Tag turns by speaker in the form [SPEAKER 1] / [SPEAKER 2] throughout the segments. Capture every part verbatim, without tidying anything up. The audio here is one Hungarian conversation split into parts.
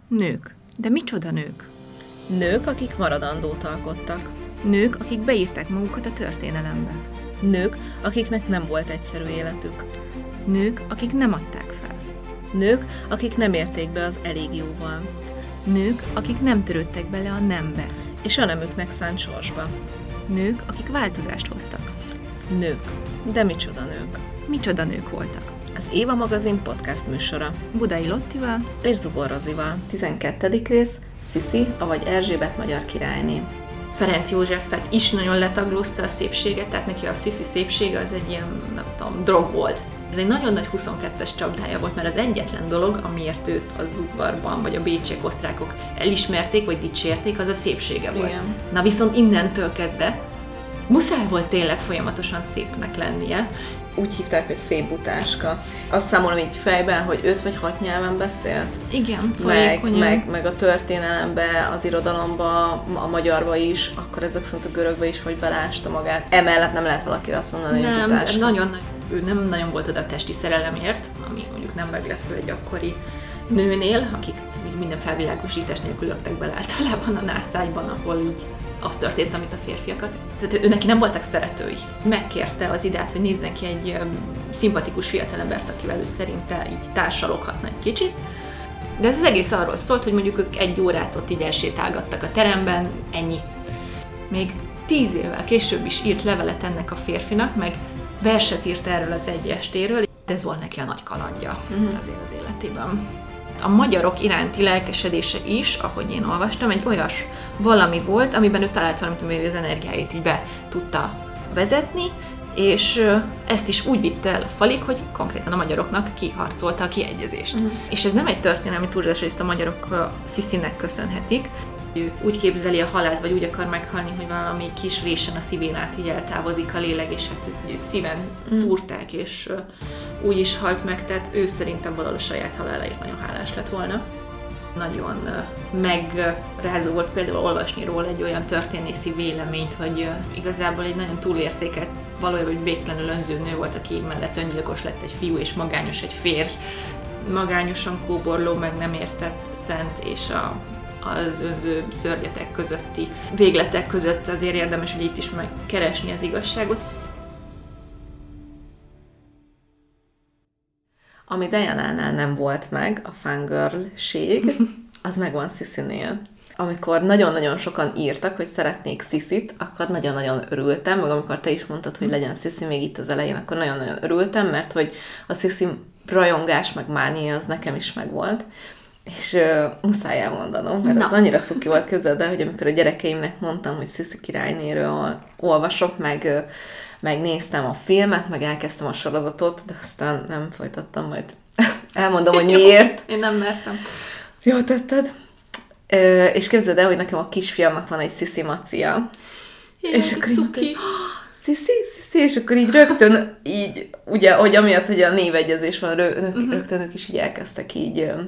[SPEAKER 1] Nők. De micsoda nők?
[SPEAKER 2] Nők, akik maradandót alkottak.
[SPEAKER 1] Nők, akik beírták magukat a történelembe.
[SPEAKER 2] Nők, akiknek nem volt egyszerű életük.
[SPEAKER 1] Nők, akik nem adták fel.
[SPEAKER 2] Nők, akik nem érték be az elég jóval.
[SPEAKER 1] Nők, akik nem törődtek bele a nembe.
[SPEAKER 2] És a nemüknek szánt sorsba.
[SPEAKER 1] Nők, akik változást hoztak.
[SPEAKER 2] Nők. De micsoda nők?
[SPEAKER 1] Micsoda nők voltak?
[SPEAKER 2] Az Éva magazin podcast műsora.
[SPEAKER 1] Budai Lottival
[SPEAKER 2] és Zubor Rozival. tizenkettedik rész, Sziszi, avagy Erzsébet magyar királyné.
[SPEAKER 1] Ferenc Józsefet is nagyon letaglózta a szépséget, tehát neki a Sziszi szépsége az egy ilyen, nem tudom, drog volt. Ez egy nagyon nagy huszonkettes csapdája volt, mert az egyetlen dolog, amiért őt az udvarban, vagy a bécsiek, osztrákok elismerték, vagy dicsérték, az a szépsége volt.
[SPEAKER 2] Igen.
[SPEAKER 1] Na viszont innentől kezdve muszáj volt tényleg folyamatosan szépnek lennie.
[SPEAKER 2] Úgy hívták, hogy szép butáska. Azt számolom így fejben, hogy öt vagy hat nyelven beszélt.
[SPEAKER 1] Igen,
[SPEAKER 2] meg, meg, meg a történelembe, az irodalomba, a magyarba is, akkor ezek szerint a görögbe is, hogy belásta magát. Emellett nem lehet valakire azt mondani, hogy
[SPEAKER 1] Nem,
[SPEAKER 2] butáska.
[SPEAKER 1] nagyon nagy, ő nem nagyon volt oda a testi szerelemért, ami mondjuk nem meglepő egy akkori nőnél, akik minden felvilágosítás nélkül löktek bele általában a nászágyban, ahol így az történt, amit a férfiakat. Tehát ő neki nem voltak szeretői. Megkérte az idát, hogy nézzen ki egy um, szimpatikus fiatalembert, akivel ő szerinte így társaloghatna egy kicsit. De ez az egész arról szólt, hogy mondjuk ők egy órát ott így elsétálgattak a teremben, ennyi. Még tíz évvel később is írt levelet ennek a férfinak, meg verset írt erről az egy estéről. Ez volt neki a nagy kalandja uh-huh. azért az életében. A magyarok iránti lelkesedése is, ahogy én olvastam, egy olyas valami volt, amiben ő talált valamit, amivel az energiáit így be tudta vezetni, és ezt is úgy vitte el a falig, hogy konkrétan a magyaroknak kiharcolta a kiegyezést. Uh-huh. És ez nem egy történelmi túlzás, hogy ezt a magyarok Sziszinek köszönhetik. Ő úgy képzeli a halált, vagy úgy akar meghalni, hogy valami kis résen a szívén át így eltávozik a lélek, és hát őt szíven mm. szúrták, és uh, úgy is halt meg, tehát ő szerintem valahol a saját haláláért nagyon hálás lett volna. Nagyon uh, megrázó volt például olvasni róla egy olyan történészi véleményt, hogy uh, igazából egy nagyon túlértékelt, valójában egy végtelenül önző nő volt, aki mellett öngyilkos lett egy fiú, és magányos egy férj. Magányosan kóborló, meg nem értett szent, és a az önző szörnyetek közötti végletek között azért érdemes, hogy itt is megkeresni az igazságot.
[SPEAKER 2] Ami Dianánál nem volt meg, a fangirl-ség, az megvan Sziszinél. Amikor nagyon-nagyon sokan írtak, hogy szeretnék Sziszit, akkor nagyon-nagyon örültem, meg amikor te is mondtad, hogy legyen Sziszi még itt az elején, akkor nagyon-nagyon örültem, mert hogy a Sziszi rajongás, meg mánia az nekem is megvolt. És uh, muszáj elmondanom, mert
[SPEAKER 1] Na.
[SPEAKER 2] az annyira cuki volt, képzeld el, hogy amikor a gyerekeimnek mondtam, hogy Sziszi királynéről olvasok, meg, uh, meg néztem a filmet, meg elkezdtem a sorozatot, de aztán nem folytattam, majd elmondom, hogy miért.
[SPEAKER 1] Én nem mertem.
[SPEAKER 2] Jó tetted. Uh, és képzeld el, hogy nekem a kisfiamnak van egy Sziszi macia.
[SPEAKER 1] Jaj,
[SPEAKER 2] és akkor
[SPEAKER 1] cuki.
[SPEAKER 2] Így, Sziszi, Sziszi, és akkor így rögtön így, ugye, hogy amiatt, hogy a névegyezés van, rö- uh-huh. rögtön ők is így elkezdtek így uh,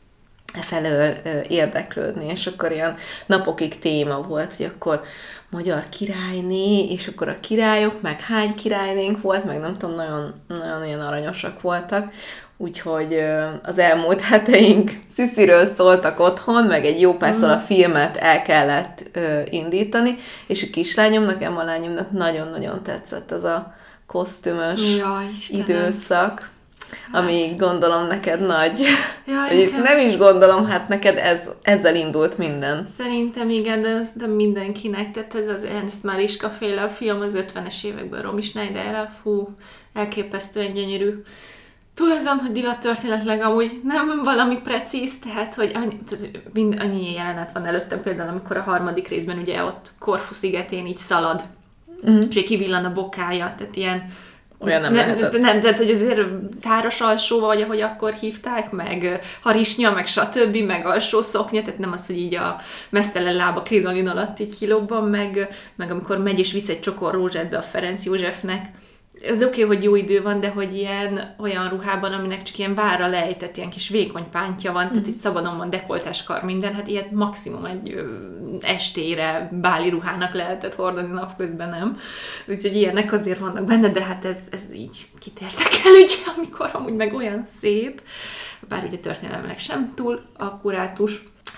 [SPEAKER 2] felől érdeklődni, és akkor ilyen napokig téma volt, hogy akkor magyar királyné, és akkor a királyok, meg hány királynénk volt, meg nem tudom, nagyon, nagyon ilyen aranyosak voltak, úgyhogy az elmúlt heteink Szisziről szóltak otthon, meg egy jó párszor a filmet el kellett indítani, és a kislányomnak, Emma lányomnak nagyon-nagyon tetszett az a kosztümös
[SPEAKER 1] Jaj,
[SPEAKER 2] időszak. Ami gondolom neked nagy.
[SPEAKER 1] Jaj,
[SPEAKER 2] nem is gondolom, hát neked ez, ezzel indult minden.
[SPEAKER 1] Szerintem igen, de, de mindenkinek. Tehát ez az Ernst Mariska féle a film az ötvenes évekből Romy Schneiderrel. Fú, elképesztően gyönyörű. Túl azon, hogy divattörténetileg amúgy nem valami precíz, tehát, hogy annyi, tehát, mind, annyi jelenet van előttem, például amikor a harmadik részben ugye ott Korfu szigetén így szalad, mm. és kivillan a bokája, tehát ilyen
[SPEAKER 2] olyan nem,
[SPEAKER 1] nem
[SPEAKER 2] lehetett.
[SPEAKER 1] Nem, tehát hogy azért táras alsó, vagy ahogy akkor hívták, meg harisnya, meg stb., meg alsó szoknya, tehát nem az, hogy így a mesztelen lába krinolin alatt így kilobban, meg, meg amikor megy és visz egy csokor rózsát be a Ferenc Józsefnek. Az oké, okay, hogy jó idő van, de hogy ilyen olyan ruhában, aminek csak ilyen vára lejtett, ilyen kis vékony pántja van, mm. tehát itt szabadon van dekoltás kar minden, hát ilyet maximum egy ö, estére báli ruhának lehetett hordani, napközben nem. Úgyhogy ilyenek azért vannak benne, de hát ez, ez így kitértek el, ugye, amikor amúgy meg olyan szép, bár ugye történelmileg sem túl akkurátus.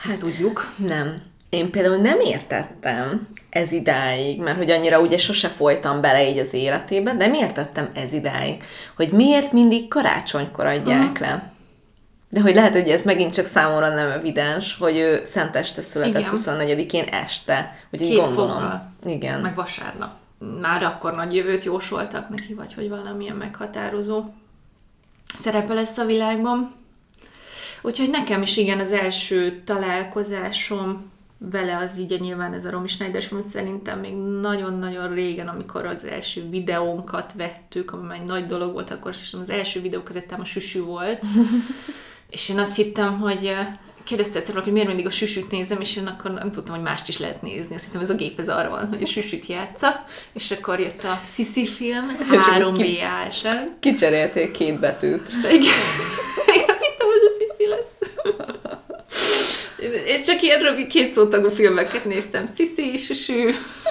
[SPEAKER 1] Ezt tudjuk.
[SPEAKER 2] Nem. Én például nem értettem ez idáig, mert hogy annyira ugye sose folytam bele így az életébe, de nem értettem ez idáig, hogy miért mindig karácsonykor adják uh-huh. le. De hogy lehet, hogy ez megint csak számomra nem evidens, hogy ő szenteste született igen. huszonnegyedikén este. Úgyhogy
[SPEAKER 1] Két
[SPEAKER 2] gondolom.
[SPEAKER 1] fokkal.
[SPEAKER 2] Igen.
[SPEAKER 1] Meg vasárnap. Már akkor nagy jövőt jósoltak neki, vagy hogy valamilyen meghatározó szerepe lesz a világban. Úgyhogy nekem is igen, az első találkozásom vele az ugye nyilván ez a Romy Schneider film, szerintem még nagyon-nagyon régen, amikor az első videónkat vettük, ami már egy nagy dolog volt, akkor az első videókazettám a Süsű volt, és én azt hittem, hogy kérdezte egyszer valaki, hogy miért mindig a Süsűt nézem, és én akkor nem tudtam, hogy mást is lehet nézni. Azt hittem, ez a gép ez arra van, hogy a Süsűt játsza, és akkor jött a Sisi film, három bé-ásen.
[SPEAKER 2] Kicserélték két betűt.
[SPEAKER 1] De igen, én azt hittem, hogy a Sisi lesz. Én csak ilyen rövid két szótagú filmeket néztem, Sisi, Süsű.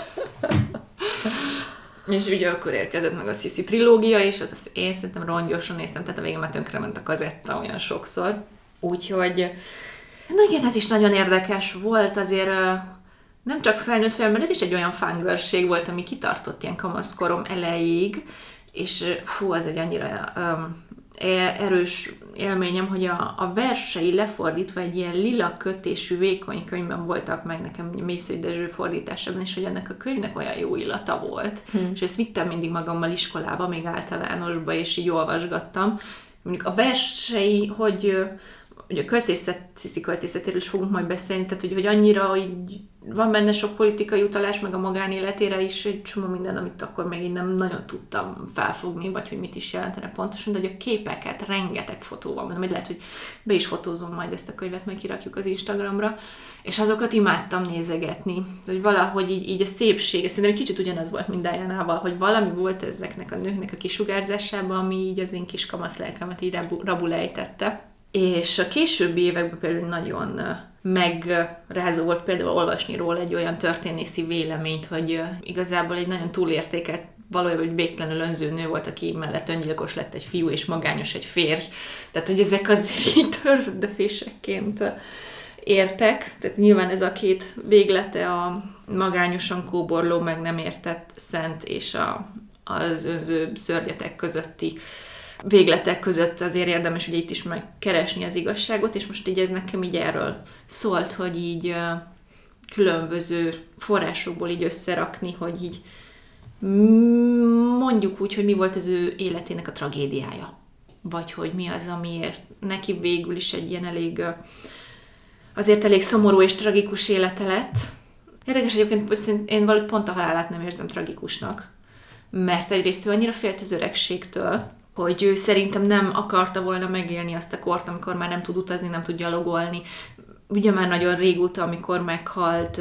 [SPEAKER 1] És ugye akkor érkezett meg a Sisi trilógia, és az én szerintem rongyosan néztem, tehát a végén már tönkrement a kazetta olyan sokszor. Úgyhogy, na igen, ez is nagyon érdekes volt, azért nem csak felnőtt film, mert ez is egy olyan fangörség volt, ami kitartott ilyen kamaszkorom elejéig, és fú, az egy annyira um, erős élményem, hogy a, a versei lefordítva egy ilyen lila kötésű vékony könyvben voltak meg nekem Mészői Dezső fordításában, és hogy ennek a könyvnek olyan jó illata volt. Hmm. És ezt vittem mindig magammal iskolába, még általánosba, és így olvasgattam. Mondjuk a versei, hogy, hogy a költészet, Sisi költészetéről is fogunk majd beszélni, tehát hogy, hogy annyira, hogy van benne sok politikai utalás, meg a magánéletére is egy csomó minden, amit akkor még én nem nagyon tudtam felfogni, vagy hogy mit is jelentene pontosan, de hogy a képeket, rengeteg fotó van, mondom, hogy lehet, hogy be is fotózom majd ezt a könyvet, meg kirakjuk az Instagramra, és azokat imádtam nézegetni, hogy valahogy így, így a szépsége, szerintem egy kicsit ugyanaz volt, mint Dianával, hogy valami volt ezeknek a nőknek a kisugárzásában, ami így az én kis kamasz lelkemet így rabul ejtette. És a későbbi években például nagyon megrázó volt például olvasni róla egy olyan történészi véleményt, hogy igazából egy nagyon túlértékelt, valójában egy végtelenül önző nő volt, aki mellett öngyilkos lett egy fiú, és magányos egy férj. Tehát, hogy ezek azért így tördefésekként értek. Tehát nyilván ez a két véglete, a magányosan kóborló, meg nem értett szent, és a, az önző szörnyetek közötti végletek között azért érdemes ugye itt is megkeresni az igazságot, és most így ez nekem így erről szólt, hogy így uh, különböző forrásokból így összerakni, hogy így mondjuk úgy, hogy mi volt az ő életének a tragédiája. Vagy hogy mi az, amiért neki végül is egy ilyen elég, uh, azért elég szomorú és tragikus élete lett. Érdekes egyébként, én valahogy pont a halálát nem érzem tragikusnak, mert egyrészt ő annyira félt az öregségtől, hogy ő szerintem nem akarta volna megélni azt a kort, amikor már nem tud utazni, nem tud gyalogolni. Ugye már nagyon régóta, amikor meghalt,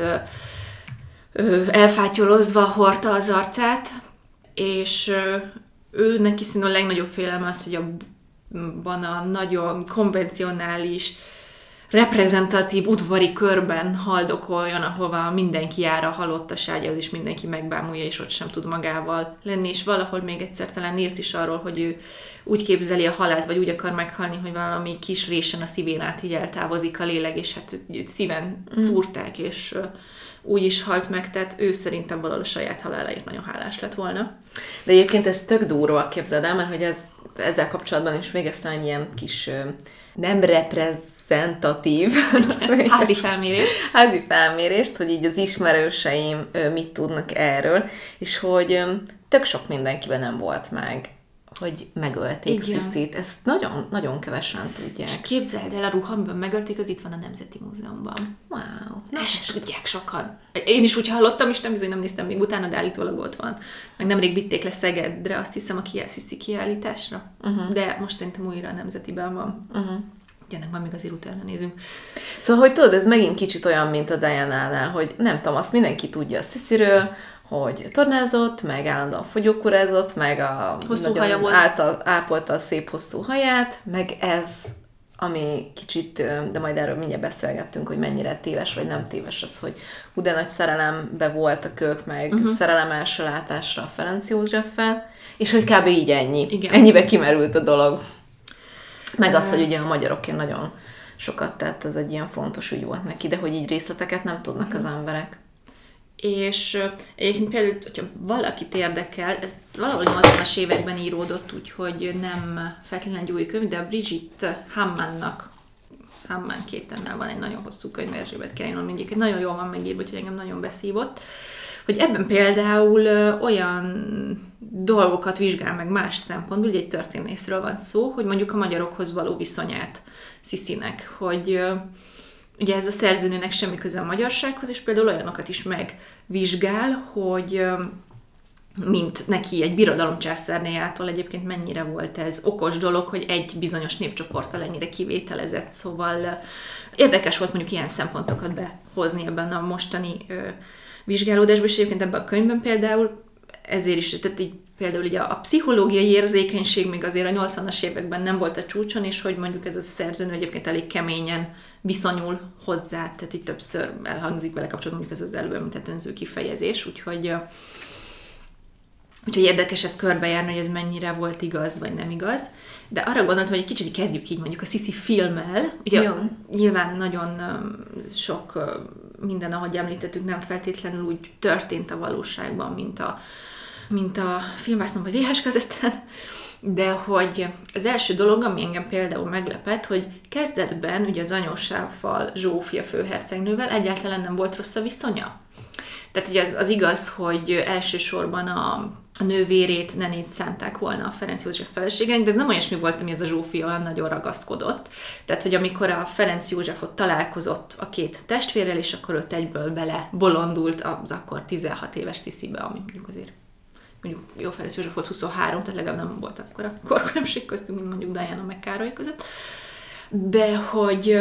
[SPEAKER 1] elfátyolozva hordta az arcát, és ő neki szerintem a legnagyobb félelme az, hogy abban a nagyon konvencionális, reprezentatív udvari körben haldokoljon, ahova mindenki jár a halottas ágyához, és mindenki megbámulja, és ott sem tud magával lenni, és valahol még egyszer talán írt is arról, hogy ő úgy képzeli a halált, vagy úgy akar meghalni, hogy valami kis résen a szívén át így eltávozik a lélek, és hát őt szíven szúrták, és úgy is halt meg, tehát ő szerintem valahol a saját haláláért nagyon hálás lett volna.
[SPEAKER 2] De egyébként ez tök durva, képzeld el, mert hogy ez, ezzel kapcsolatban is végeztem egy ilyen kis nem reprezentatív
[SPEAKER 1] házi felmérés.
[SPEAKER 2] házi felmérést, hogy így az ismerőseim mit tudnak erről, és hogy tök sok mindenkiben nem volt meg, hogy megölték Sisit. Ezt nagyon, nagyon kevesen tudják.
[SPEAKER 1] És képzeld el, a ruha, amiben megölték, az itt van a Nemzeti Múzeumban.
[SPEAKER 2] Wow.
[SPEAKER 1] Ezt se tudják sokan. Én is úgy hallottam, és nem bizony nem néztem még utána, de állítólag ott van. Meg nemrég vitték le Szegedre, azt hiszem, a Sisi kiállításra. Uh-huh. De most szerintem újra a Nemzetiben van. Uh-huh. Ennek már még azért utána nézünk.
[SPEAKER 2] Szóval, hogy tudod, ez megint kicsit olyan, mint a Dianánál, hogy nem tudom, azt mindenki tudja a Sisiről, hogy tornázott, meg állandóan fogyókúrázott, meg a
[SPEAKER 1] hosszú haja volt.
[SPEAKER 2] Által, ápolta a szép hosszú haját, meg ez, ami kicsit, de majd erről mindjárt beszélgettünk, hogy mennyire téves vagy nem téves az, hogy hú, de nagy szerelembe volt a kölyök, meg uh-huh. szerelem első látásra a Ferenc Józseffel, és hogy kb. Így ennyi. Igen. Ennyibe kimerült a dolog. Meg az, hogy ugye a magyarokért nagyon sokat tett, ez egy ilyen fontos ügy volt neki, de hogy így részleteket nem tudnak uh-huh. az emberek.
[SPEAKER 1] És uh, egyébként például, hogyha valakit érdekel, ez valahol nyolcvanas években íródott, úgyhogy nem feltétlenül egy új könyv, de a Brigitte Hammannnak, Hammann kétennel van egy nagyon hosszú könyv, Erzsébet királynőm, mindjárt nagyon jól van megírva, úgyhogy engem nagyon beszívott, hogy ebben például uh, olyan dolgokat vizsgál meg más szempontból, ugye egy történészről van szó, hogy mondjuk a magyarokhoz való viszonyát Sisinek, hogy uh, ugye ez a szerzőnőnek semmi köze a magyarsághoz, és például olyanokat is megvizsgál, hogy uh, mint neki egy birodalomcsászárnéjától egyébként mennyire volt ez okos dolog, hogy egy bizonyos népcsoporttal ennyire kivételezett, szóval uh, érdekes volt mondjuk ilyen szempontokat behozni ebben a mostani uh, vizsgálódásban, és egyébként ebben a könyvben például ezért is, tehát így például így a, a pszichológiai érzékenység még azért a nyolcvanas években nem volt a csúcson, és hogy mondjuk ez a szerzőnő egyébként elég keményen viszonyul hozzá, tehát itt többször elhangzik vele kapcsolatban mondjuk ez az előbb említett önző kifejezés, úgyhogy, úgyhogy érdekes ezt körbejárni, hogy ez mennyire volt igaz, vagy nem igaz. De arra gondoltam, hogy egy kicsit kezdjük így mondjuk a Sisi filmmel. Ugye jó. Nyilván nagyon sok minden, ahogy említettük, nem feltétlenül úgy történt a valóságban, mint a, mint a filmvásznon vagy vé há es kazettán, de hogy az első dolog, ami engem például meglepett, hogy kezdetben ugye az anyósával, Zsófia főhercegnővel egyáltalán nem volt rossz a viszonya. Tehát ugye az, az igaz, hogy elsősorban a, a nővérét, nenét szánták volna a Ferenc József feleségének, de ez nem olyasmi volt, ami ez a Zsófia olyan nagyon ragaszkodott. Tehát, hogy amikor a Ferenc József ott találkozott a két testvérrel, és akkor ott egyből bele bolondult az akkor tizenhat éves Sisibe, ami mondjuk azért, mondjuk jó, Ferenc József volt huszonhárom, tehát legalább nem volt akkor a korkülönbség köztünk, mint mondjuk Diana meg Károly között. De hogy...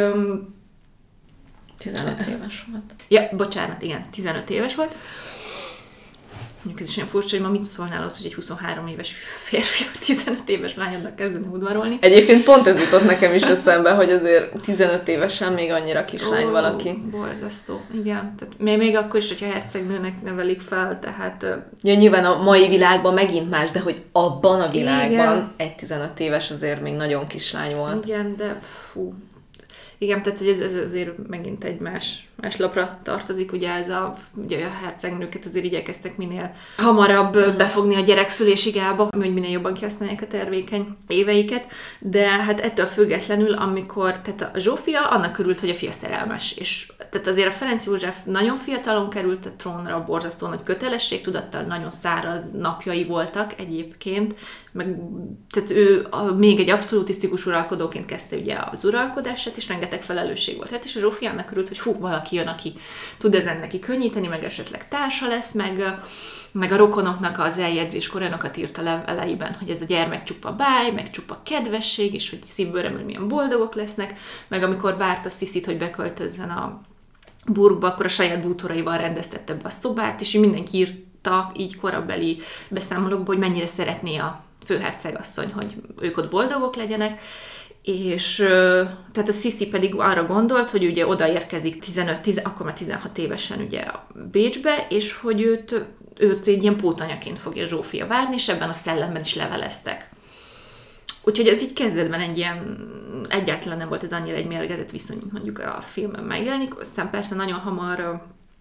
[SPEAKER 2] tizenöt éves volt.
[SPEAKER 1] Ja, bocsánat, igen, tizenöt éves volt. Mondjuk ez is olyan furcsa, hogy ma mit szólnál az, hogy egy huszonhárom éves férfi tizenöt éves lányodnak kezdeni udvarolni.
[SPEAKER 2] Egyébként pont ez jutott nekem is eszembe, hogy azért tizenöt évesen még annyira kislány
[SPEAKER 1] Ó,
[SPEAKER 2] valaki.
[SPEAKER 1] Borzasztó, igen. Tehát még, még akkor is, hogyha hercegnőnek nevelik fel, tehát...
[SPEAKER 2] Ja, nyilván a mai világban megint más, de hogy abban a világban
[SPEAKER 1] igen.
[SPEAKER 2] egy tizenöt éves azért még nagyon kislány volt.
[SPEAKER 1] Igen, de fú... Igen, tehát hogy ez, ez azért megint egy más, más lapra tartozik, ugye ez a, ugye a hercegnőket azért igyekeztek minél hamarabb mm. befogni a gyerekszülésig állba, hogy minél jobban kihasználják a tervékeny éveiket, de hát ettől függetlenül, amikor, tehát a Zsófia annak örült, hogy a fia szerelmes, és tehát azért a Ferenc József nagyon fiatalon került a trónra, borzasztó nagy kötelességtudattal, nagyon száraz napjai voltak egyébként, meg, tehát ő a, még egy abszolutisztikus uralkodóként kezdte ugye az uralkodását, és rengeteg felelősség volt. Hát és a Zsófia annak örült, hogy fú, valaki jön, aki tud ezen neki könnyíteni, meg esetleg társa lesz, meg, meg a rokonoknak az eljegyzéskor olyanokat írt a leveleiben, hogy ez a gyermek csupa báj, meg csupa kedvesség, és hogy szívből remélem, milyen boldogok lesznek, meg amikor várta Sisit, hogy beköltözzön a burgba, akkor a saját bútoraival rendeztette be a szobát, és mindenki írta így korabeli beszámolókból, hogy mennyire szeretné a főhercegasszony, hogy ők ott boldogok legyenek, és tehát a Sisi pedig arra gondolt, hogy ugye odaérkezik tizenöt, tíz, akkor már tizenhat évesen ugye Bécsbe, és hogy őt, őt egy ilyen pótanyaként fogja Zsófia várni, és ebben a szellemben is leveleztek. Úgyhogy ez így kezdetben egy ilyen, egyáltalán nem volt ez annyira egy mérgezett viszony, mint mondjuk a filmben megjelenik, aztán persze nagyon hamar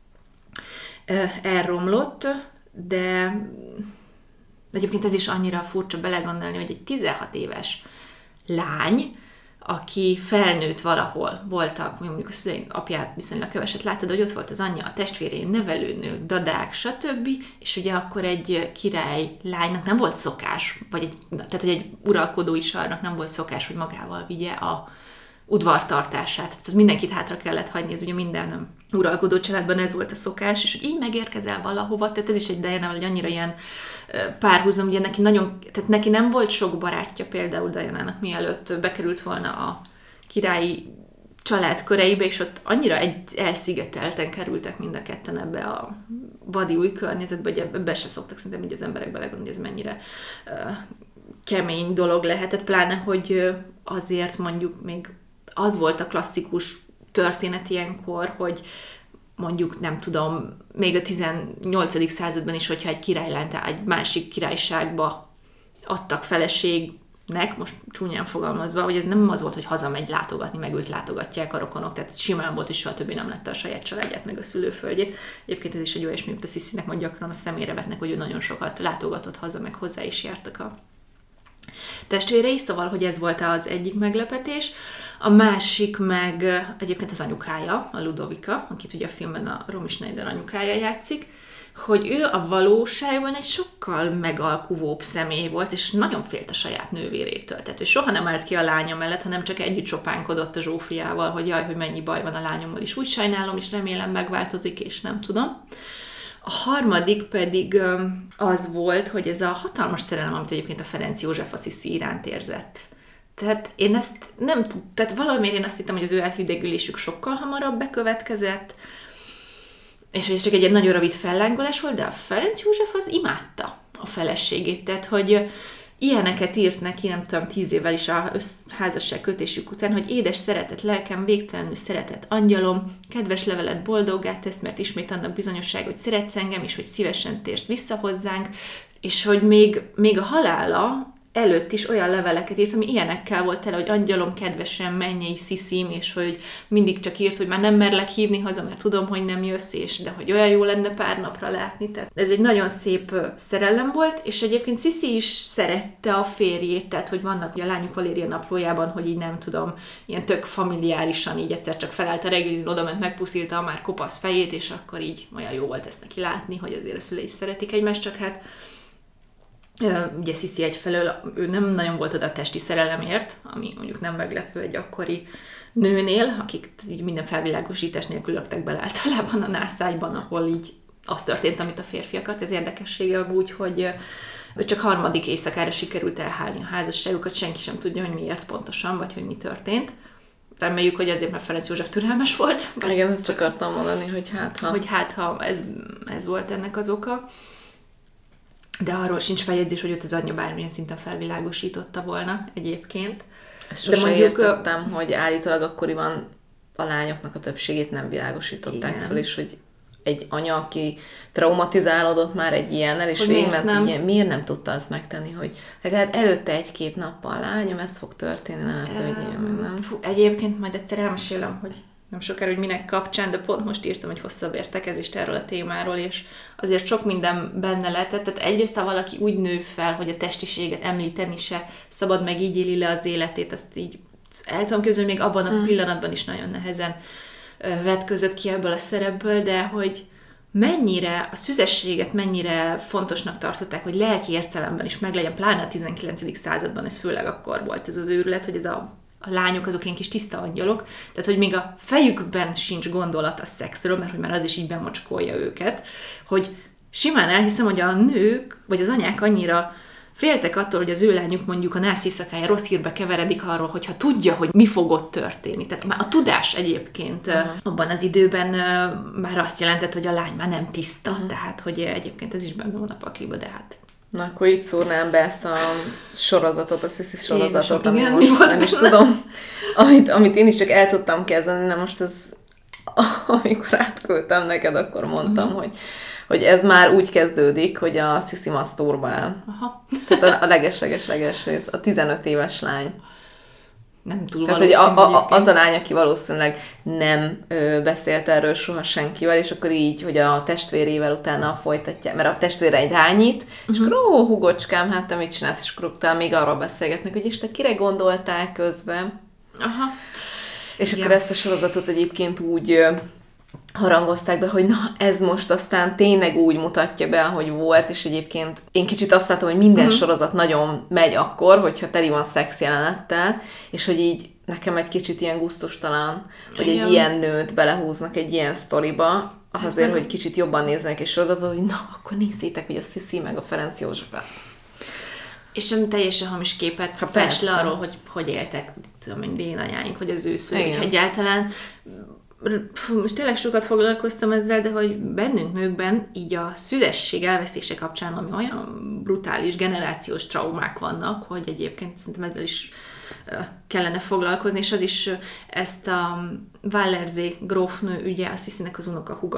[SPEAKER 1] elromlott, de egyébként ez is annyira furcsa belegondolni, hogy egy tizenhat éves lány, aki felnőtt valahol, voltak, mondjuk a szüleim apját viszonylag keveset láttad, hogy ott volt az anyja, a testvérei, nevelőnők, dadák, stb. És ugye akkor egy király lánynak nem volt szokás, vagy egy, tehát hogy egy uralkodói sarnak nem volt szokás, hogy magával vigye a udvartartását. Tehát mindenkit hátra kellett hagyni, ez ugye minden uralkodó családban ez volt a szokás, és hogy így megérkezel valahova, tehát ez is egy Diana-val egy annyira ilyen párhuzam, ugye neki nagyon, tehát neki nem volt sok barátja például Diana-nak, mielőtt bekerült volna a királyi család köreibe, és ott annyira egy elszigetelten kerültek mind a ketten ebbe a vadi új környezetbe, hogy ebbe se szoktak szerintem így az emberek belegondolni, hogy ez mennyire uh, kemény dolog lehetett, pláne, hogy uh, azért mondjuk még az volt a klasszikus történet ilyenkor, hogy mondjuk, nem tudom, még a tizennyolcadik században is, hogyha egy királylányt egy másik királyságba adtak feleség, nek, most csúnyán fogalmazva, hogy ez nem az volt, hogy hazamegy látogatni, meg őt látogatják a rokonok, tehát simán volt, és soha többé nem lette a saját családját, meg a szülőföldjét. Egyébként ez is egy olyasmi, mint a Sissynek, majd gyakran a szemére vetnek, hogy ő nagyon sokat látogatott haza, meg hozzá is jártak a testvérei, szóval, hogy ez volt az egyik meglepetés. A másik meg egyébként az anyukája, a Ludovika, akit ugye a filmben a Romy Schneider anyukája játszik, hogy ő a valóságban egy sokkal megalkuvóbb személy volt, és nagyon félt a saját nővérétől. Tehát ő soha nem állt ki a lánya mellett, hanem csak együtt csopánkodott a Zsófiával, hogy jaj, hogy mennyi baj van a lányommal, és úgy sajnálom, és remélem megváltozik, és nem tudom. A harmadik pedig az volt, hogy ez a hatalmas szerelem, amit egyébként a Ferenc József a Sissy iránt érzett. Tehát én ezt nem tudtam, tehát valamiért én azt hittem, hogy az ő elhidegülésük sokkal hamarabb bekövetkezett, és hogy ez csak egy ilyen nagyon rövid fellángolás volt, de a Ferenc József az imádta a feleségét, tehát hogy ilyeneket írt neki, nem tudom, tíz évvel is a házasság kötésük után, hogy édes szeretett lelkem, végtelenül szeretett angyalom, kedves levelet boldoggá tesz, mert ismét annak bizonyosság, hogy szeretsz engem, és hogy szívesen térsz vissza hozzánk, és hogy még, még a halála előtt is olyan leveleket írt, ami ilyenekkel volt tele, hogy angyalom, kedvesen, mennyei Sziszim, és hogy mindig csak írt, hogy már nem merlek hívni haza, mert tudom, hogy nem jössz, és de hogy olyan jó lenne pár napra látni. Tehát ez egy nagyon szép szerelem volt, és egyébként Sissy is szerette a férjét, tehát hogy vannak ugye a lányuk Valéria naplójában, hogy így nem tudom, ilyen tök familiárisan így egyszer csak felállt a reggelin, odament, megpuszilta a már kopasz fejét, és akkor így olyan jó volt ezt neki látni, hogy azért a szülei szeretik egymást, csak hát ugye Sissy egyfelől, ő nem nagyon volt oda a testi szerelemért, ami mondjuk nem meglepő egy akkori nőnél, akik minden felvilágosítás nélkül löktek bele általában a nászágyban, ahol így az történt, amit a férfiakat. Ez érdekessége úgy, hogy ő csak harmadik éjszakára sikerült elhálni a házasságukat, senki sem tudja, hogy miért pontosan, vagy hogy mi történt. Reméljük, hogy azért, mert Ferenc József türelmes volt.
[SPEAKER 2] Igen, ezt akartam mondani, hogy hát ha...
[SPEAKER 1] Hogy hát ha ez, ez volt ennek az oka. De arról sincs feljegyzés, hogy őt az anyja bármilyen szinten felvilágosította volna egyébként.
[SPEAKER 2] Ezt sose mondjuk, értettem, hogy állítólag akkoriban a lányoknak a többségét nem világosították igen. fel, és hogy egy anya, aki traumatizálódott már egy ilyennel, és végigment miért, ilyen, miért nem tudta azt megtenni, hogy legalább előtte egy-két nappal lányom, ez fog történni, ne lepődjél meg, nem?
[SPEAKER 1] Fú, egyébként majd egyszer elmesélem, hogy nem sokára, hogy minek kapcsán, de pont most írtam egy hosszabb értekezést erről a témáról, és azért sok minden benne lehetett. Tehát egyrészt, ha valaki úgy nő fel, hogy a testiséget említeni se szabad, meg így éli le az életét, azt így el tudom képzelni, hogy még abban a pillanatban is nagyon nehezen vetközött ki ebből a szerepből, de hogy mennyire a szüzességet mennyire fontosnak tartották, hogy lelki értelemben is meglegyen, pláne a tizenkilencedik században, ez főleg akkor volt ez az őrület, hogy ez a a lányok azok ilyen kis tiszta angyalok, tehát hogy még a fejükben sincs gondolat a szexről, mert hogy már az is így bemocskolja őket, hogy simán elhiszem, hogy a nők, vagy az anyák annyira féltek attól, hogy az ő lányuk mondjuk a nász éjszakáján rossz hírbe keveredik arról, hogyha tudja, hogy mi fog ott történni. Tehát már a tudás egyébként uh-huh. abban az időben uh, már azt jelentett, hogy a lány már nem tiszta, uh-huh. tehát hogy egyébként ez is benne van a pakliba, de hát
[SPEAKER 2] na, akkor itt szúrnám be ezt a sorozatot, a Sissy sorozatot, ami
[SPEAKER 1] igen,
[SPEAKER 2] most nem is tudom, amit, amit én is csak el tudtam kezdeni, de most ez, amikor átküldtem neked, akkor mondtam, uh-huh. hogy, hogy ez már úgy kezdődik, hogy a Sissy maszturbál. Aha. Tehát a, a leges-leges-leges rész, a tizenöt éves lány.
[SPEAKER 1] Nem túl
[SPEAKER 2] Tehát, hogy a, a, az a lány, aki valószínűleg nem ö, beszélt erről soha senkivel, és akkor így, hogy a testvérével utána folytatja, mert a testvére egy rányít, uh-huh. és akkor ó, hugocskám, hát te mit csinálsz, és akkor utána még arról beszélgetnek, hogy és te kire gondoltál közben. Aha. És ja. akkor ezt a sorozatot egyébként úgy ö, harangozták be, hogy na, ez most aztán tényleg úgy mutatja be, ahogy volt, és egyébként én kicsit azt látom, hogy minden uh-huh. sorozat nagyon megy akkor, hogyha teli van szex jelenettel, és hogy így nekem egy kicsit ilyen gusztustalan, hogy egy Igen. ilyen nőt belehúznak egy ilyen sztoriba, azért, hogy kicsit jobban néznek egy sorozatot, hogy na, akkor nézzétek, hogy a Sissy meg a Ferenc József.
[SPEAKER 1] És sem teljesen hamis képet ha fest le arról, hogy hogy éltek, tudom én, dédanyáink, vagy az ő szüleik egyáltalán. Fú, most tényleg sokat foglalkoztam ezzel, de hogy bennünk nőkben így a szüzesség elvesztése kapcsán, ami olyan brutális generációs traumák vannak, hogy egyébként szerintem ezzel is kellene foglalkozni, és az is ezt a Wallersee grófnő ügye, a Sissynek az unoka húga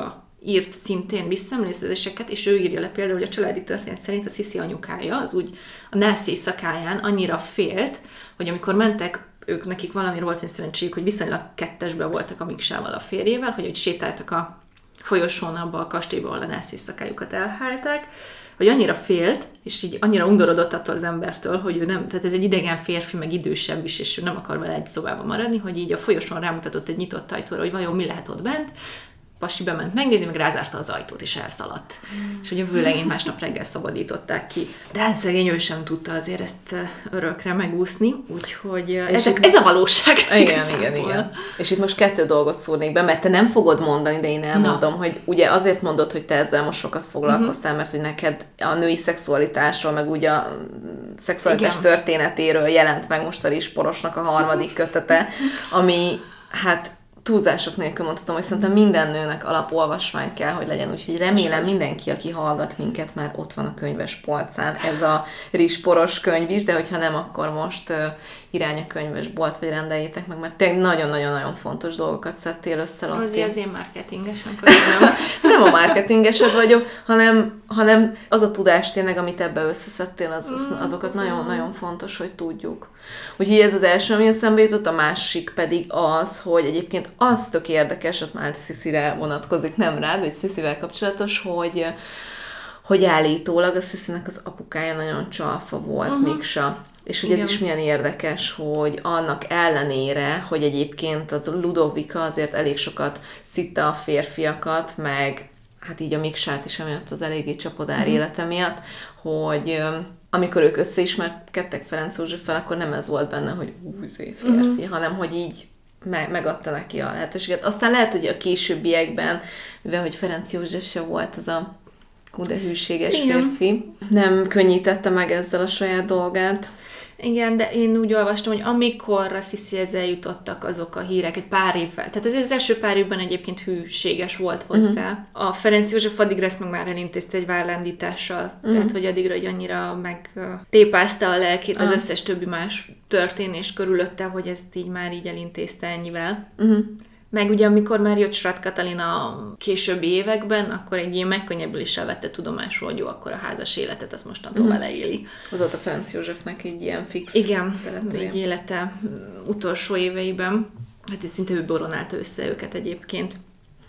[SPEAKER 1] írt szintén visszaemlékezéseket, és ő írja le például, hogy a családi történet szerint a Sissi anyukája, az úgy a nász éjszakáján annyira félt, hogy amikor mentek, ők nekik valami volt egy szerencséjük, hogy viszonylag kettesben voltak a Miksával, a férjével, hogy, hogy sétáltak a folyosón abba a kastélyba, ahol a nász éjszakájukat elhálták, hogy annyira félt, és így annyira undorodott attól az embertől, hogy ő nem, tehát ez egy idegen férfi, meg idősebb is, és ő nem akar vele egy szobában maradni, hogy így a folyosón rámutatott egy nyitott ajtóra, hogy vajon mi lehet ott bent. Pasi bement megnézni, meg rázárta az ajtót, és elszaladt. Mm. És hogy a vőlegényt másnap reggel szabadították ki. De hát szegény ő sem tudta azért ezt örökre megúszni, úgyhogy ezek, ez a valóság.
[SPEAKER 2] Igen, igazából. igen, igen. És itt most kettő dolgot szúrnék be, mert te nem fogod mondani, de én elmondom, Na. hogy ugye azért mondod, hogy te ezzel most sokat foglalkoztál, mm-hmm. mert hogy neked a női szexualitásról, meg ugye a szexualitás igen. történetéről jelent meg most a Rizs Porosnak a harmadik kötete, ami hát túlzások nélkül mondhatom, hogy szerintem minden nőnek alapolvasmány kell, hogy legyen, úgyhogy remélem mindenki, aki hallgat minket, már ott van a könyves polcán ez a Rizs Poros könyv is, de hogyha nem, akkor most uh, irány a könyvesbolt, vagy rendeljétek meg, mert tényleg nagyon-nagyon-nagyon fontos dolgokat szedtél össze.
[SPEAKER 1] Rozi, az én marketingesem, köszönöm.
[SPEAKER 2] Nem a marketingesed vagyok, hanem, hanem az a tudás tényleg, amit ebbe összeszedtél, az, az, azokat nagyon-nagyon fontos, hogy tudjuk. Úgyhogy ez az első, ami eszembe jutott, a másik pedig az, hogy egyébként az tök érdekes, az már Sissire vonatkozik, nem rád, vagy Sissivel kapcsolatos, hogy, hogy állítólag a Sissinek az apukája nagyon csalfa volt, uh-huh. Miksa. És hogy Igen. ez is milyen érdekes, hogy annak ellenére, hogy egyébként az Ludovika azért elég sokat szitta a férfiakat, meg hát így a Miksát is, emiatt az eléggé csapodár uh-huh. élete miatt, hogy amikor ők összeismerkedtek Ferenc Józseffel, akkor nem ez volt benne, hogy húzé férfi, uh-huh. hanem hogy így me- megadta neki a lehetőséget. Aztán lehet, hogy a későbbiekben, mivel hogy Ferenc József se volt az a de hűséges Igen. férfi, nem könnyítette meg ezzel a saját dolgát.
[SPEAKER 1] Igen, de én úgy olvastam, hogy amikor a Sissyhez eljutottak azok a hírek egy pár évvel, tehát az első pár évben egyébként hűséges volt hozzá. Uh-huh. A Ferenc József addigra ezt meg már elintézte egy vállendítással, uh-huh. tehát hogy addigra hogy annyira megtépázta a lelkét uh-huh. az összes többi más történés körülötte, hogy ezt így már így elintézte ennyivel. Uh-huh. Meg ugye, amikor már jött Stratt Katalin a későbbi években, akkor egy ilyen megkönnyebbüléssel vette tudomásról, hogy jó, akkor a házas életet az mostantól vele mm. éli.
[SPEAKER 2] Azóta Ferenc Józsefnek egy ilyen fix
[SPEAKER 1] Igen, egy élete utolsó éveiben. Hát ez szinte ő boronálta össze őket egyébként. Hm.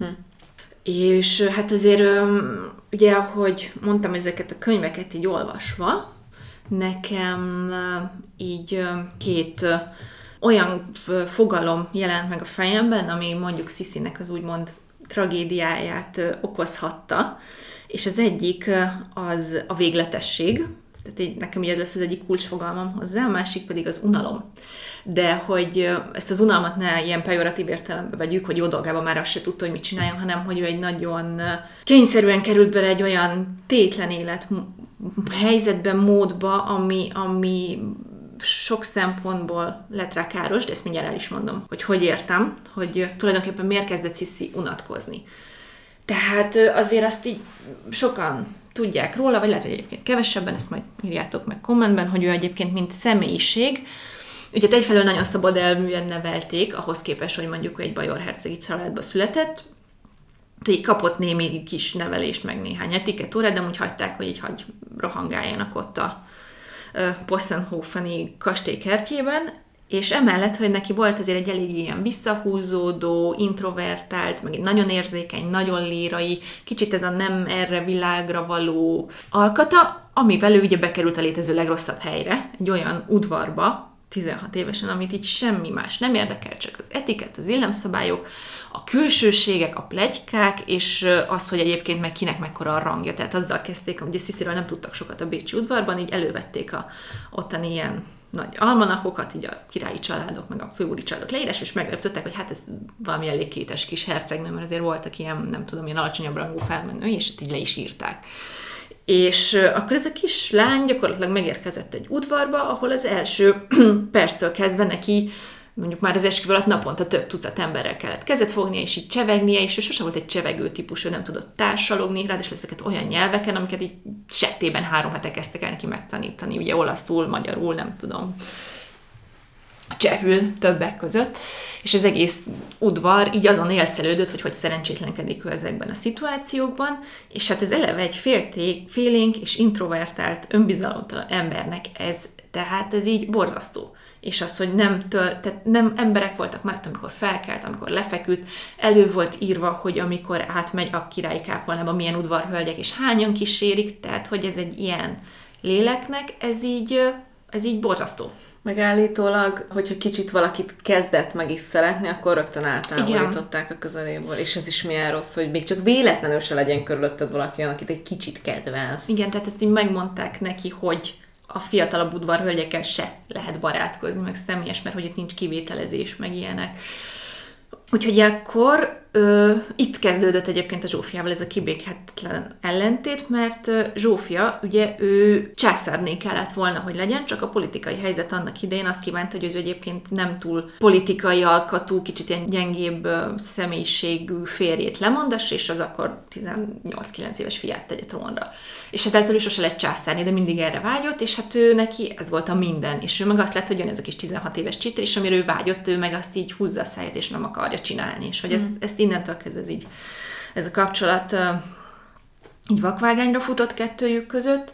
[SPEAKER 1] És hát azért, ugye, ahogy mondtam, ezeket a könyveket így olvasva, nekem így két olyan fogalom jelent meg a fejemben, ami mondjuk Sissynek az úgymond tragédiáját okozhatta, és az egyik az a végletesség, tehát nekem ugye ez lesz az egyik kulcsfogalmam hozzá, a másik pedig az unalom. De hogy ezt az unalmat ne ilyen pejoratív értelembe vegyük, hogy jó dolgában már azt se tudta, hogy mit csináljon, hanem hogy ő egy nagyon kényszerűen került bele egy olyan tétlen élet helyzetben, módba, ami, ami sok szempontból lett rá káros, de ezt mindjárt el is mondom, hogy hogy értem, hogy tulajdonképpen miért kezdett Sissy unatkozni. Tehát azért azt így sokan tudják róla, vagy lehet, hogy egyébként kevesebben, ezt majd írjátok meg kommentben, hogy ő egyébként mint személyiség, ugye egyfelől nagyon szabad elműen nevelték, ahhoz képest, hogy mondjuk egy bajor hercegi családba született, hogy kapott némi kis nevelést, meg néhány etiketórát, de úgy hagyták, hogy így hagy rohangáljanak ott a Possenhofeni kastélykertjében, és emellett, hogy neki volt azért egy elég ilyen visszahúzódó, introvertált, meg egy nagyon érzékeny, nagyon lírai, kicsit ez a nem erre világra való alkata, amivel ő ugye bekerült a létező legrosszabb helyre, egy olyan udvarba, tizenhat évesen, amit így semmi más nem érdekel, csak az etikett, az illemszabályok, a külsőségek, a pletykák, és az, hogy egyébként meg kinek mekkora a rangja. Tehát azzal kezdték, hogy Sissyről nem tudtak sokat a bécsi udvarban, így elővették a ottani ilyen nagy almanakokat, így a királyi családok, meg a főúri családok leírás, és meglepődtek, hogy hát ez valami elég kétes kis hercegnő, mert azért voltak ilyen, nem tudom, ilyen alacsonyabb rangú felmenői, és így le is írták. És akkor ez a kis lány gyakorlatilag megérkezett egy udvarba, ahol az első perctől kezdve neki mondjuk már az esküvő alatt naponta több tucat emberrel kellett kezet fognia, és így csevegnie, és ő sose volt egy csevegő típusú, nem tudott társalogni, ráadásul ezeket olyan nyelveken, amiket így settében három hete kezdtek el neki megtanítani, ugye olaszul, magyarul, nem tudom. csepül többek között, és az egész udvar így azon élcelődött, hogy hogy szerencsétlenkedik ő ezekben a szituációkban, és hát ez eleve egy félték, félénk és introvertált, önbizalomtalan embernek ez, tehát ez így borzasztó. És az, hogy nem, töl, tehát nem emberek voltak már, amikor felkelt, amikor lefeküdt, elő volt írva, hogy amikor átmegy a királyi kápolnába, milyen udvarhölgyek, és hányan kísérik, tehát hogy ez egy ilyen léleknek, ez így, ez így borzasztó.
[SPEAKER 2] Megállítólag, hogyha kicsit valakit kezdett meg is szeretni, akkor rögtön eltávolították a közeléből. És ez is milyen rossz, hogy még csak véletlenül se legyen körülötted valaki, akit egy kicsit kedvelsz.
[SPEAKER 1] Igen, tehát ezt így megmondták neki, hogy a fiatalabb udvarhölgyekkel se lehet barátkozni, meg személyes, mert hogy itt nincs kivételezés, meg ilyenek. Úgyhogy akkor ö, itt kezdődött egyébként a Zsófiával ez a kibékhetetlen ellentét, mert ö, Zsófia, ugye ő császárné kellett volna, hogy legyen, csak a politikai helyzet annak idején azt kívánta, hogy ő egyébként nem túl politikai alkatú, kicsit ilyen gyengébb ö, személyiségű férjét lemondassa, és az akkor tizennyolc-kilenc éves fiát tegye trónra. És ezáltal ő sose lett császárné, de mindig erre vágyott, és hát ő neki ez volt a minden. És ő meg azt lett, hogy jön ez a kis tizenhat éves csitr, és amire ő vágyott, ő meg azt így húzza a száját, és nem akarja csinálni. És hogy ezt, ezt innentől kezdve ez, így, ez a kapcsolat uh, így vakvágányra futott kettőjük között,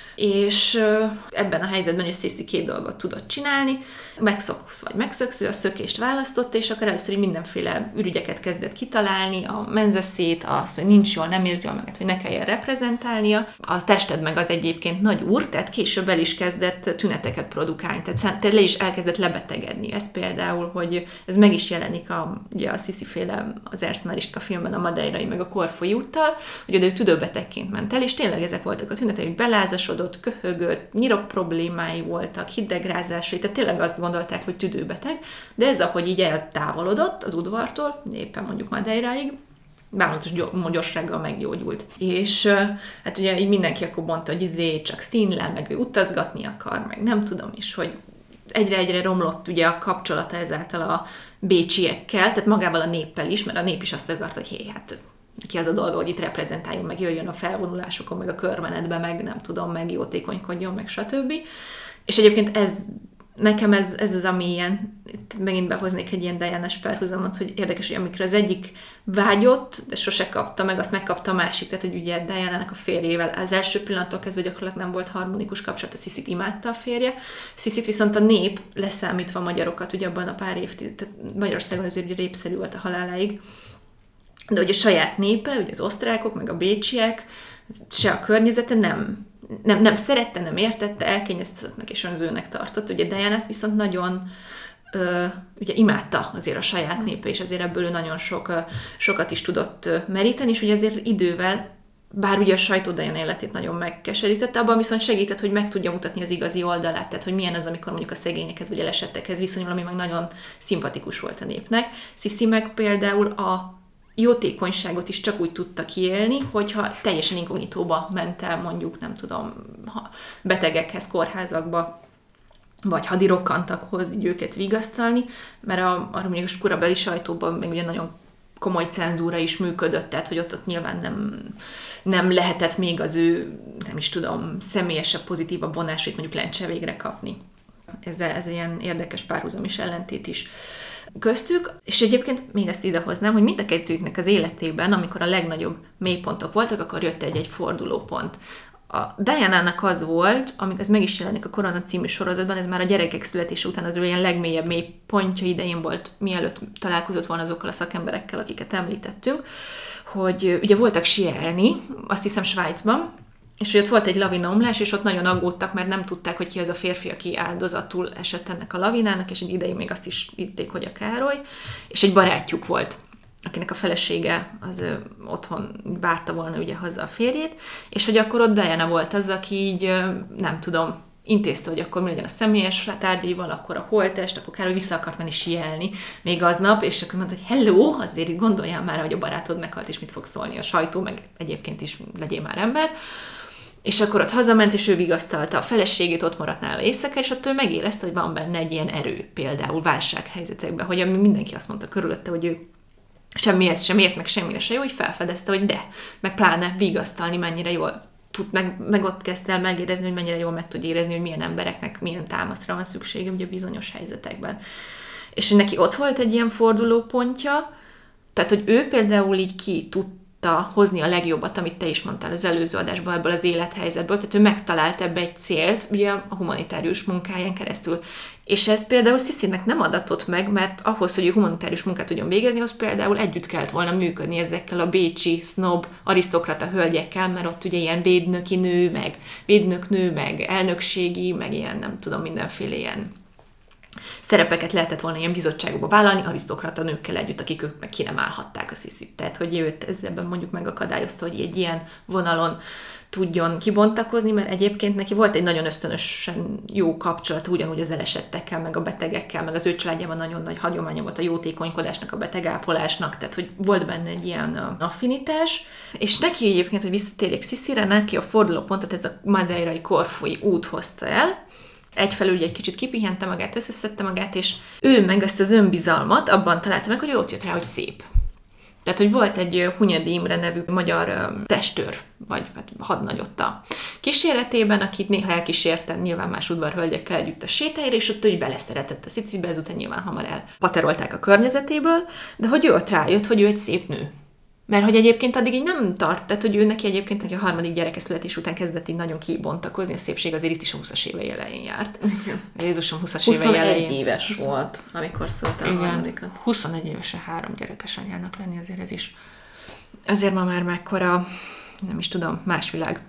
[SPEAKER 1] és uh, ebben a helyzetben is Sissi két dolgot tudott csinálni, megszoksz vagy megszöksz, ő a szökést választotta, és akkor először mindenféle ürügyeket kezdett kitalálni, a menzeszét, az, hogy nincs jól, nem érzi jól meg, hogy ne kelljen reprezentálnia. A tested meg az egyébként nagy úr, tehát később el is kezdett tüneteket produkálni, tehát le is elkezdett lebetegedni. Ez például, hogy ez meg is jelenik a, ugye a Sissi-féle, az Ernst Marischka filmben, a Madeirai meg a Korfui úttal, hogy oda ő tüdőbetegként ment el, és tényleg ezek voltak a tünetek, hogy belázasodott, köhögött, nyirok problémái voltak, hidegrázásai, tehát tényleg azt gondolták, hogy tüdőbeteg, de ez, ahogy így eltávolodott az udvartól, éppen mondjuk Madeiráig, bánatos gyorsággal meggyógyult. És hát ugye így mindenki akkor mondta, hogy izé csak színlel, meg ő utazgatni akar, meg nem tudom is, hogy egyre-egyre romlott ugye a kapcsolata ezáltal a bécsiekkel, tehát magával a néppel is, mert a nép is azt akart, hogy hé, hát ki az a dolga, hogy itt reprezentáljon, meg jöjjön a felvonulásokon, meg a körmenetbe, meg nem tudom, meg jótékonykodjon, meg stb. És egyébként ez nekem ez, ez az, ami ilyen, itt megint behoznék egy ilyen Diana-s párhuzamot, hogy érdekes, hogy amikor az egyik vágyott, de sose kapta meg, azt megkapta a másik. Tehát, hogy ugye Diana-nak a férjével az első pillanattól kezdve gyakorlatilag nem volt harmonikus kapcsolat, a Sissit imádta a férje. Sissit viszont a nép, leszámítva a magyarokat, ugye abban a pár évtized, tehát Magyarországon azért ugye répszerű volt a haláláig, de ugye a saját népe, ugye az osztrákok, meg a bécsiek, se a környezete nem Nem, nem szerette, nem értette, elkényeztetetnek és önzőnek tartott. Ugye Dianát viszont nagyon ö, ugye imádta azért a saját népe, és azért ebből ő nagyon sok, ö, sokat is tudott ö, meríteni, és ugye azért idővel, bár ugye a sajtó Diana életét nagyon megkeserítette, abban viszont segített, hogy meg tudja mutatni az igazi oldalát, tehát hogy milyen az, amikor mondjuk a szegényekhez vagy elesettekhez viszonyul, ami meg nagyon szimpatikus volt a népnek. Sissi meg például a jótékonyságot is csak úgy tudta kiélni, hogyha teljesen inkognitóba ment el mondjuk, nem tudom, betegekhez, kórházakba, vagy hadirokkantakhoz így őket vigasztalni, mert a, a, a korabeli sajtóban meg ugye nagyon komoly cenzúra is működött, tehát hogy ott, ott nyilván nem, nem lehetett még az ő, nem is tudom, személyesebb, pozitívabb vonásait mondjuk lencse végre kapni. Ez, ez ilyen érdekes párhuzam és ellentét is köztük, és egyébként még ezt idehoznám, hogy mind a kettőjüknek az életében, amikor a legnagyobb mélypontok voltak, akkor jött egy-egy fordulópont. A Diana-nak az volt, amik ez meg is jelenik a Korona című sorozatban, ez már a gyerekek születése után az ő ilyen legmélyebb mélypontja idején volt, mielőtt találkozott volna azokkal a szakemberekkel, akiket említettünk, hogy ugye voltak sielni, azt hiszem Svájcban, és hogy ott volt egy lavinaomlás, és ott nagyon aggódtak, mert nem tudták, hogy ki az a férfi, aki áldozatul esett ennek a lavinának, és egy ideig még azt is hitték, hogy a Károly, és egy barátjuk volt, akinek a felesége az ő otthon várta volna ugye haza a férjét, és hogy akkor ott Diana volt az, aki így, nem tudom, intézte, hogy akkor mi legyen a személyes tárgyaival, akkor a holttest, akkor Károly vissza akart menni sielni még aznap, és akkor mondta, hogy hello, azért itt gondoljál már, hogy a barátod meghalt, és mit fog szólni a sajtó, meg egyébként is legyél már ember. És akkor ott hazament, és ő vigasztalta a feleségét, ott maradt nála éjszaka, és ott ő megérezte, hogy van benne egy ilyen erő, például válsághelyzetekben, hogy mindenki azt mondta körülötte, hogy ő semmihez sem ért, meg semmire se jó, hogy felfedezte, hogy de, meg pláne vigasztalni mennyire jól tud, meg, meg ott kezdte el megérezni, hogy mennyire jól meg tud érezni, hogy milyen embereknek milyen támaszra van szüksége ugye bizonyos helyzetekben. És hogy neki ott volt egy ilyen fordulópontja, tehát, hogy ő például így ki tudta hozni a legjobbat, amit te is mondtál az előző adásban, ebből az élethelyzetből, tehát ő megtalált ebbe egy célt, ugye a humanitárius munkáján keresztül. És ez például Sisinek nem adatott meg, mert ahhoz, hogy ő humanitárius munkát tudjon végezni, az például együtt kellett volna működni ezekkel a bécsi sznob arisztokrata hölgyekkel, mert ott ugye ilyen védnöki nő, meg védnöknő, meg elnökségi, meg ilyen nem tudom, mindenféle ilyen szerepeket lehetett volna ilyen bizottságokba vállalni, arisztokrata nőkkel együtt, akik ők meg ki nem állhatták a Sisit. Tehát, hogy őt ez ebben mondjuk megakadályozta, hogy egy ilyen vonalon tudjon kibontakozni, mert egyébként neki volt egy nagyon ösztönösen jó kapcsolat, ugyanúgy az elesettekkel, meg a betegekkel, meg az ő családjában nagyon nagy hagyománya volt a jótékonykodásnak, a betegápolásnak, tehát hogy volt benne egy ilyen affinitás, és neki egyébként, hogy visszatérjek Sisire, neki a fordulópontot ez a madeirai korfui út hozta el. Egyfelől ugye egy kicsit kipihente magát, összeszedte magát, és ő meg ezt az önbizalmat abban találta meg, hogy ő ott jött rá, hogy szép. Tehát, hogy volt egy Hunyadi Imre nevű magyar testőr, vagy hát hadnagy ott a kíséretében, akit néha elkísérte nyilván más udvarhölgyekkel együtt a sétájára, és ott ő beleszeretett a Sisibe, ezután nyilván hamar elpaterolták a környezetéből, de hogy ő ott rájött, hogy ő egy szép nő. Mert hogy egyébként addig így nem tart, tehát hogy ő neki egyébként neki a harmadik gyereke születés után kezdett így nagyon kibontakozni, a szépség azért itt is a húszas évei elején járt. Igen. Jézusom húszas évei elején.
[SPEAKER 2] huszonegy éves húsz volt, amikor szólt a harmadikat.
[SPEAKER 1] huszonegy évesen három gyerekes anyának lenni, azért ez is. Azért ma már mekkora, nem is tudom, más világ.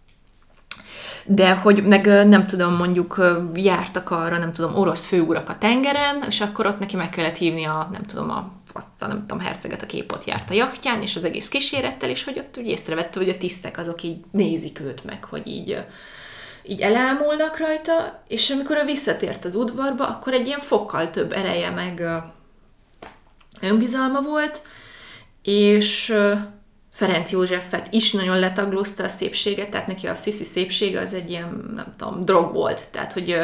[SPEAKER 1] De hogy meg nem tudom, mondjuk jártak arra, nem tudom, orosz főurak a tengeren, és akkor ott neki meg kellett hívni a, nem tudom, a azt a nem tudom, herceget, aki épp ott járt a jachtján, és az egész kísérettel, és hogy ott úgy észrevette, hogy a tisztek azok így nézik őt meg, hogy így, így elámulnak rajta, és amikor ő visszatért az udvarba, akkor egy ilyen fokkal több ereje meg önbizalma volt, és Ferenc Józsefet is nagyon letaglózta a szépséget, tehát neki a Sisi szépsége az egy ilyen, nem tudom, drog volt, tehát hogy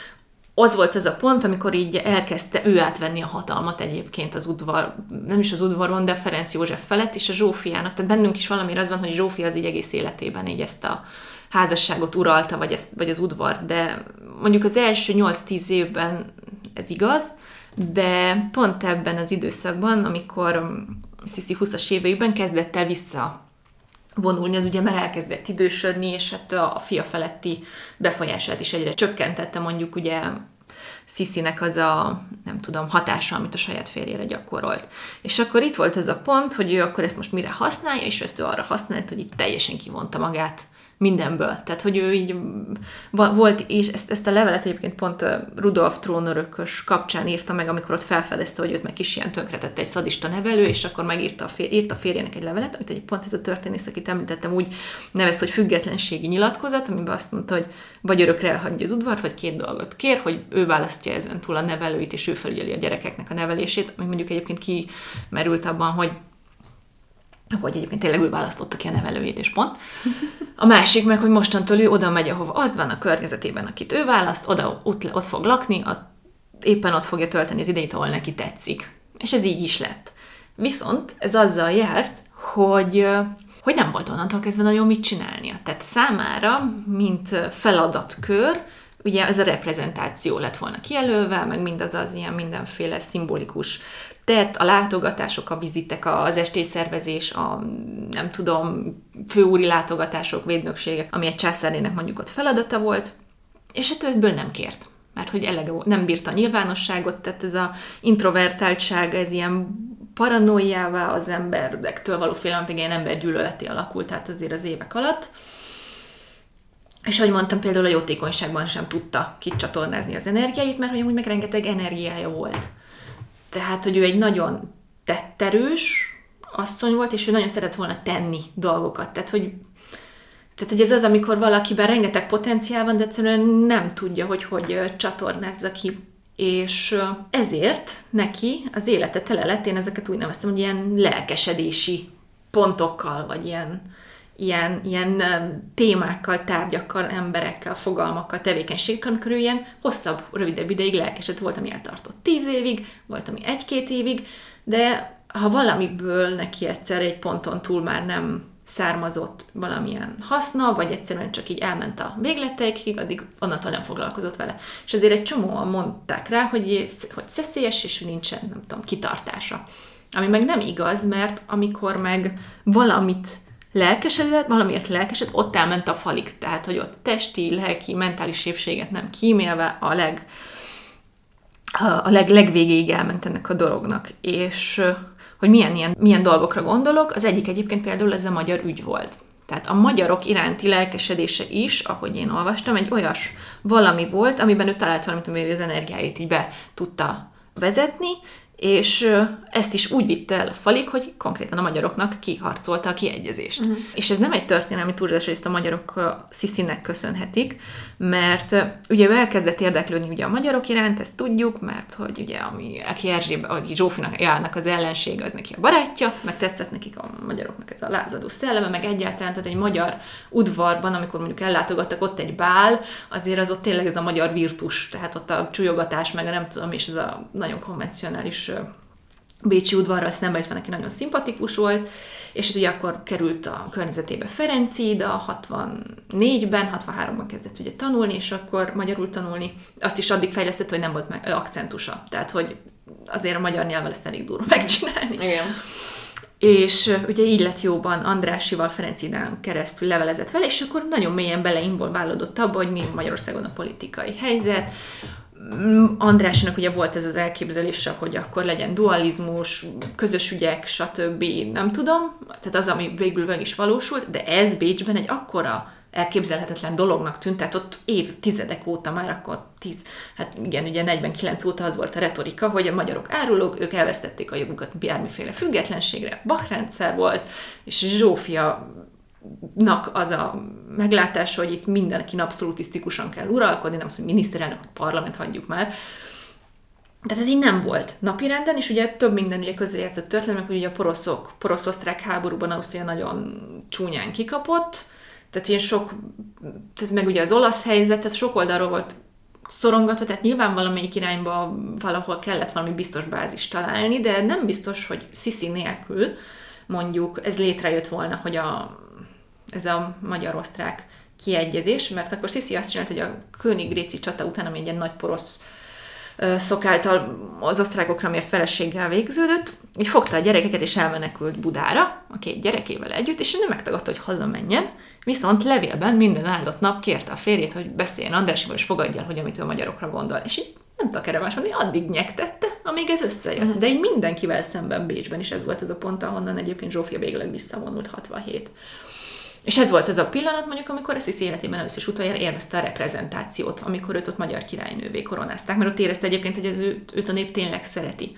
[SPEAKER 1] az volt az a pont, amikor így elkezdte ő átvenni a hatalmat egyébként az udvar, nem is az udvaron, de Ferenc József felett, és a Zsófiának, tehát bennünk is valamire az van, hogy Zsófia az így egész életében így ezt a házasságot uralta, vagy, ezt, vagy az udvar, de mondjuk az első nyolc-tíz évben ez igaz, de pont ebben az időszakban, amikor Sisi húszas éveiben kezdett el vissza vonulni, az ugye már elkezdett idősödni, és hát a, a fia feletti befolyását is egyre csökkentette mondjuk ugye Sisinek az a, nem tudom, hatása, amit a saját férjére gyakorolt. És akkor itt volt ez a pont, hogy ő akkor ezt most mire használja, és ezt ő arra használt, hogy itt teljesen kivonta magát mindenből. Tehát, hogy ő így volt, és ezt, ezt a levelet egyébként pont Rudolf trónörökös kapcsán írta meg, amikor ott felfedezte, hogy őt meg is ilyen tönkretette egy szadista nevelő, és akkor megírta a, fér, írta a férjének egy levelet, amit egy pont ez a történész, akit említettem, úgy nevez, hogy függetlenségi nyilatkozat, amiben azt mondta, hogy vagy örökre elhagyja az udvart, vagy két dolgot kér, hogy ő választja ezen túl a nevelőit, és ő felügyeli a gyerekeknek a nevelését, ami mondjuk egyébként kimerült abban, hogy hogy egyébként tényleg ő választotta ki a nevelőjét, és pont. A másik meg, hogy mostantól ő oda megy, ahova az van a környezetében, akit ő választ, oda, ott, ott fog lakni, a, éppen ott fogja tölteni az idejét, ahol neki tetszik. És ez így is lett. Viszont ez azzal járt, hogy, hogy nem volt onnantól kezdve nagyon mit csinálnia. Tehát számára, mint feladatkör, ugye ez a reprezentáció lett volna kijelölve, meg mindaz az ilyen mindenféle szimbolikus tett, a látogatások, a vizitek, az estészervezés, a nem tudom, főúri látogatások, védnökségek, ami egy császárnének mondjuk ott feladata volt, és hát ebből nem kért. Mert hogy elege nem bírta a nyilvánosságot, tehát ez a introvertáltság, ez ilyen paranoiává az emberektől való félelem, pedig ilyen embergyűlöleté alakult, tehát azért az évek alatt. És ahogy mondtam, például a jótékonyságban sem tudta kicsatornázni az energiáit, mert hogy amúgy meg rengeteg energiája volt. Tehát, hogy ő egy nagyon tetterős asszony volt, és ő nagyon szeret volna tenni dolgokat. Tehát, hogy, tehát, hogy ez az, amikor valakiben rengeteg potenciál van, de egyszerűen nem tudja, hogy hogy csatornázza ki. És ezért neki az élete tele lett, én ezeket úgy neveztem, hogy ilyen lelkesedési pontokkal, vagy ilyen Ilyen, ilyen témákkal, tárgyakkal, emberekkel, fogalmakkal, tevékenységekkel, amikor ő ilyen hosszabb, rövidebb ideig lelkesedett. Volt, ami eltartott tíz évig, volt, ami egy-két évig, de ha valamiből neki egyszer egy ponton túl már nem származott valamilyen haszna, vagy egyszerűen csak így elment a végleteikig, addig onnantól nem foglalkozott vele. És azért egy csomóan mondták rá, hogy, hogy szeszélyes, és nincsen, nem tudom, kitartása. Ami meg nem igaz, mert amikor meg valamit lelkesedett, valamiért lelkesedett, ott elment a falig. Tehát, hogy ott testi, lelki, mentális épséget nem kímélve a leg a leg, legvégéig elment ennek a dolognak. És hogy milyen, ilyen, milyen dolgokra gondolok, az egyik egyébként például ez a magyar ügy volt. Tehát a magyarok iránti lelkesedése is, ahogy én olvastam, egy olyas valami volt, amiben ő talált valamit, amivel az energiáit így be tudta vezetni, és ezt is úgy vitte el a falig, hogy konkrétan a magyaroknak kiharcolta a kiegyezést. Uh-huh. És ez nem egy történelmi túlzás, hogy ezt a magyarok Sisinek köszönhetik, mert ugye ő elkezdett érdeklődni ugye a magyarok iránt, ezt tudjuk, mert hogy ugye ami, aki Erzsébe, aki Zsófinak járnak az ellenség, az neki a barátja, meg tetszett nekik a magyaroknak ez a lázadó szelleme, meg egyáltalán, tehát egy magyar udvarban, amikor mondjuk ellátogattak ott egy bál, azért az ott tényleg ez a magyar virtus, tehát ott a csúlyogatás, meg a nem tudom, és ez a nagyon konvencionális bécsi udvarral szemben van, neki nagyon szimpatikus volt, és ugye akkor került a környezetébe Ferencid, a hatvannégyben, hatvanháromban kezdett ugye tanulni, és akkor magyarul tanulni. Azt is addig fejlesztett, hogy nem volt meg akcentusa. Tehát, hogy azért a magyar nyelvvel ezt elég durva megcsinálni.
[SPEAKER 2] Igen.
[SPEAKER 1] És ugye így lett jóban Andrássival, Ferencidán keresztül levelezett vele, és akkor nagyon mélyen beleinvolválódott abba, hogy mi Magyarországon a politikai helyzet. Andrásnak ugye volt ez az elképzelése, hogy akkor legyen dualizmus, közös ügyek, stb. Nem tudom, tehát az, ami végül meg is valósult, de ez Bécsben egy akkora elképzelhetetlen dolognak tűnt, tehát ott évtizedek óta már akkor tíz, hát igen, ugye negyvenkilenc óta az volt a retorika, hogy a magyarok árulók, ők elvesztették a jogukat bármiféle függetlenségre, Bach-rendszer volt, és Zsófia nak az a meglátása, hogy itt mindenki abszolutisztikusan kell uralkodni, nem az, hogy miniszterelnök, parlament, hagyjuk már. Tehát ez így nem volt napirenden, és ugye több minden ugye közrejátszott történelmek, hogy ugye a poroszok, porosz-osztrák háborúban Ausztria nagyon csúnyán kikapott, tehát ilyen sok, tehát meg ugye az olasz helyzet, tehát sok oldalról volt szorongatva, tehát nyilván valamelyik irányba valahol kellett valami biztos bázist találni, de nem biztos, hogy Sisi nélkül mondjuk ez létrejött volna, hogy a ez a magyar-osztrák kiegyezés, mert akkor Sisi azt csinált, hogy a König-Gréci csata után, ami egy ilyen nagy porosz szok által az osztrákokra mért vereséggel végződött, így fogta a gyerekeket és elmenekült Budára, a két gyerekével együtt, és ő nem megtagadta, hogy hazamenjen, viszont levélben minden áldott nap kérte a férjét, hogy beszéljen Andrássival, és fogadja el, hogy amit ő a magyarokra gondol. És így nem tudok erre más mondani, addig nyegtette, amíg ez összejött. Mm. De így mindenkivel szemben Bécsben is ez volt az a pont, ahonnan egyébként Zsófia végleg visszavonult hatvanhét. És ez volt az a pillanat, mondjuk, amikor a Sisi életében először is utoljára élvezte a reprezentációt, amikor őt ott magyar királynővé koronázták, mert ott érezte egyébként, hogy az ő, őt a nép tényleg szereti.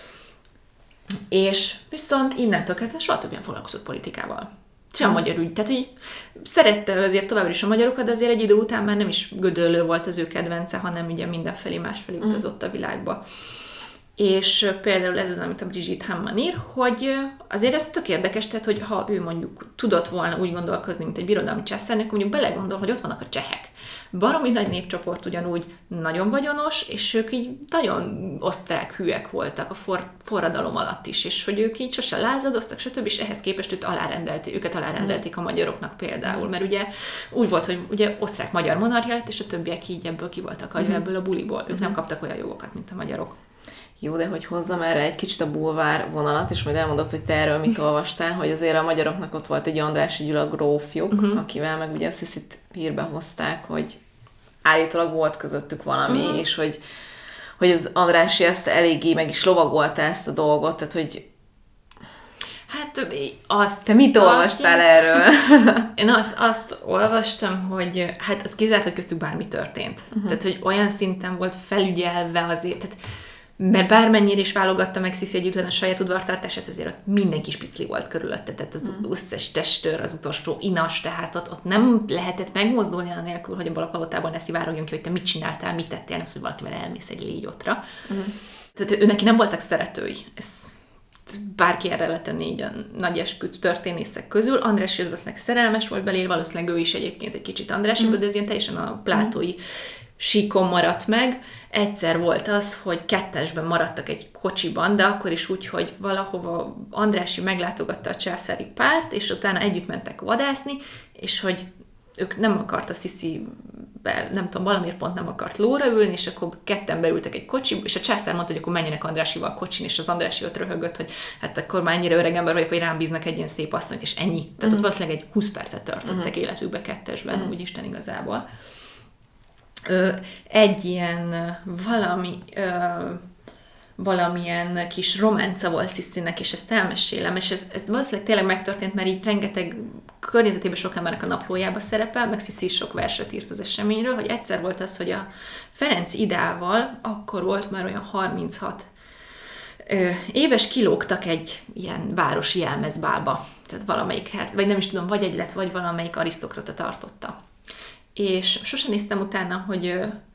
[SPEAKER 1] És viszont innentől kezdve soha többen foglalkozott politikával. Se a magyar ügy. Tehát így szerette azért továbbra is a magyarokat, de azért egy idő után már nem is Gödöllő volt az ő kedvence, hanem ugye mindenfelé másfelé utazott a világba. És például ez az, amit a Brigitte Hammann ír, hogy azért ez tök érdekes, tehát, hogy ha ő mondjuk tudott volna úgy gondolkozni, mint egy birodalmi császárnak, mondjuk belegondol, hogy ott vannak a csehek. Baromi nagy népcsoport ugyanúgy nagyon vagyonos, és ők így nagyon osztrák hűek voltak a for- forradalom alatt is, és hogy ők így sose lázadoztak, stb. És ehhez képest őt alárendelték, őket alárendelték a magyaroknak például, mert ugye úgy volt, hogy ugye osztrák-magyar monarchia lett, és a többiek így ebből ki voltak hagyva, ebből a buliból. Ők nem kaptak olyan jogokat, mint a magyarok.
[SPEAKER 2] Jó, de hogy hozzam erre egy kicsit a bulvár vonalat, és majd elmondod, hogy te erről mit olvastál, hogy azért a magyaroknak ott volt egy Andrássy Gyula grófjuk, uh-huh. akivel meg ugye a Sisit hírbe hozták, hogy állítólag volt közöttük valami, uh-huh. és hogy, hogy az Andrássy ezt eléggé meg is lovagolta ezt a dolgot, tehát hogy
[SPEAKER 1] hát azt...
[SPEAKER 2] Te mit olvastál én... erről?
[SPEAKER 1] Én azt, azt olvastam, hogy hát az kizárt, hogy köztük bármi történt. Uh-huh. Tehát, hogy olyan szinten volt felügyelve azért, tehát mert bármennyire is válogatta meg Sisi egy után a saját udvartartását, azért ott minden kis picli volt körülötte, tehát az mm. összes testőr, az utolsó inas, tehát ott, ott nem lehetett megmozdulni anélkül, hogy abból a palotából ne szivárogjon ki, hogy te mit csináltál, mit tettél, nem szóval valakivel elmész egy légyotra. Mm. Tehát ő neki nem voltak szeretői. Ez bárki erre letenni így a nagy eskü történészek közül. András valószínűleg szerelmes volt belé, valószínűleg ő is egyébként egy kicsit Andrássy, mm. de ez ilyen teljesen a plátói síkon maradt meg. Egyszer volt az, hogy kettesben maradtak egy kocsiban, de akkor is úgy, hogy valahova Andrássy meglátogatta a császári párt, és utána együtt mentek vadászni, és hogy ők nem akart a Sissi-be, nem tudom, valamiért pont nem akart lóra ülni, és akkor ketten beültek egy kocsiba, és a császár mondta, hogy akkor menjenek Andrássyival kocsin, és az Andrássy ott röhögött, hogy hát akkor már ennyire öreg ember vagyok, hogy rám bíznak egy ilyen szép asszonyt, és ennyi. Tehát uh-huh. ott valószínűleg egy húsz percet tartottak uh-huh. életükbe kettesben, uh-huh. úgyisten igazából. Ö, egy ilyen valami... Ö, valamilyen kis románca volt Sissynek, és ezt elmesélem, és ez, ez valószínűleg tényleg megtörtént, mert így rengeteg környezetében sok embernek a naplójába szerepel, meg Sissy sok verset írt az eseményről, hogy egyszer volt az, hogy a Ferenc Idával akkor volt már olyan harminchat ö, éves, kilógtak egy ilyen városi jelmezbálba, tehát valamelyik, vagy nem is tudom, vagy egy lett, vagy valamelyik arisztokrata tartotta. És sosem néztem utána, hogy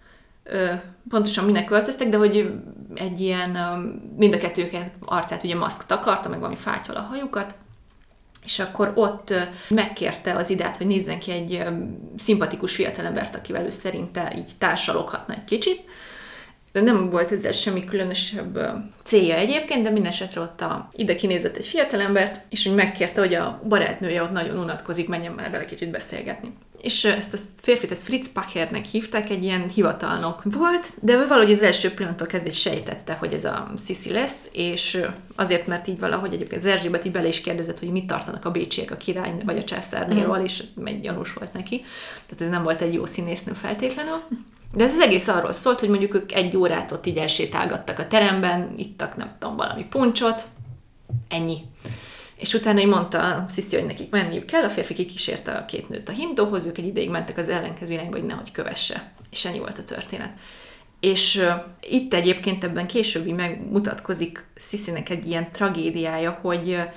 [SPEAKER 1] pontosan minek költöztek, de hogy egy ilyen, mind a kettőket arcát ugye maszk takarta, meg valami fátyol a hajukat, és akkor ott megkérte az Idát, hogy nézzen ki egy szimpatikus fiatalembert, akivel ő szerinte így társaloghatna egy kicsit, de nem volt ezzel semmi különösebb célja egyébként, de minden esetre ott a Ida kinézett egy fiatalembert, és úgy megkérte, hogy a barátnője ott nagyon unatkozik, menjen már vele kicsit beszélgetni. És ezt a férfit, ezt Fritz Pachernek hívták, egy ilyen hivatalnok volt, de ő valahogy az első pillanattól kezdve sejtette, hogy ez a Sissy lesz, és azért, mert így valahogy egyébként az Erzsébet így bele is kérdezett, hogy mit tartanak a bécsiek a király vagy a császárnéról, mm. és egy gyanús volt neki. Tehát ez nem volt egy jó színésznő feltétlenül. De ez az egész arról szólt, hogy mondjuk ők egy órát ott így elsétálgattak a teremben, ittak nem tudom, valami puncsot, ennyi. És utána így mondta Sissy, hogy nekik menniük kell, a férfi kikísérte a két nőt a hindóhoz, ők egy ideig mentek az ellenkező irányba, hogy nehogy kövesse. És ennyi volt a történet. És uh, itt egyébként ebben később megmutatkozik Sissynek egy ilyen tragédiája, hogy uh,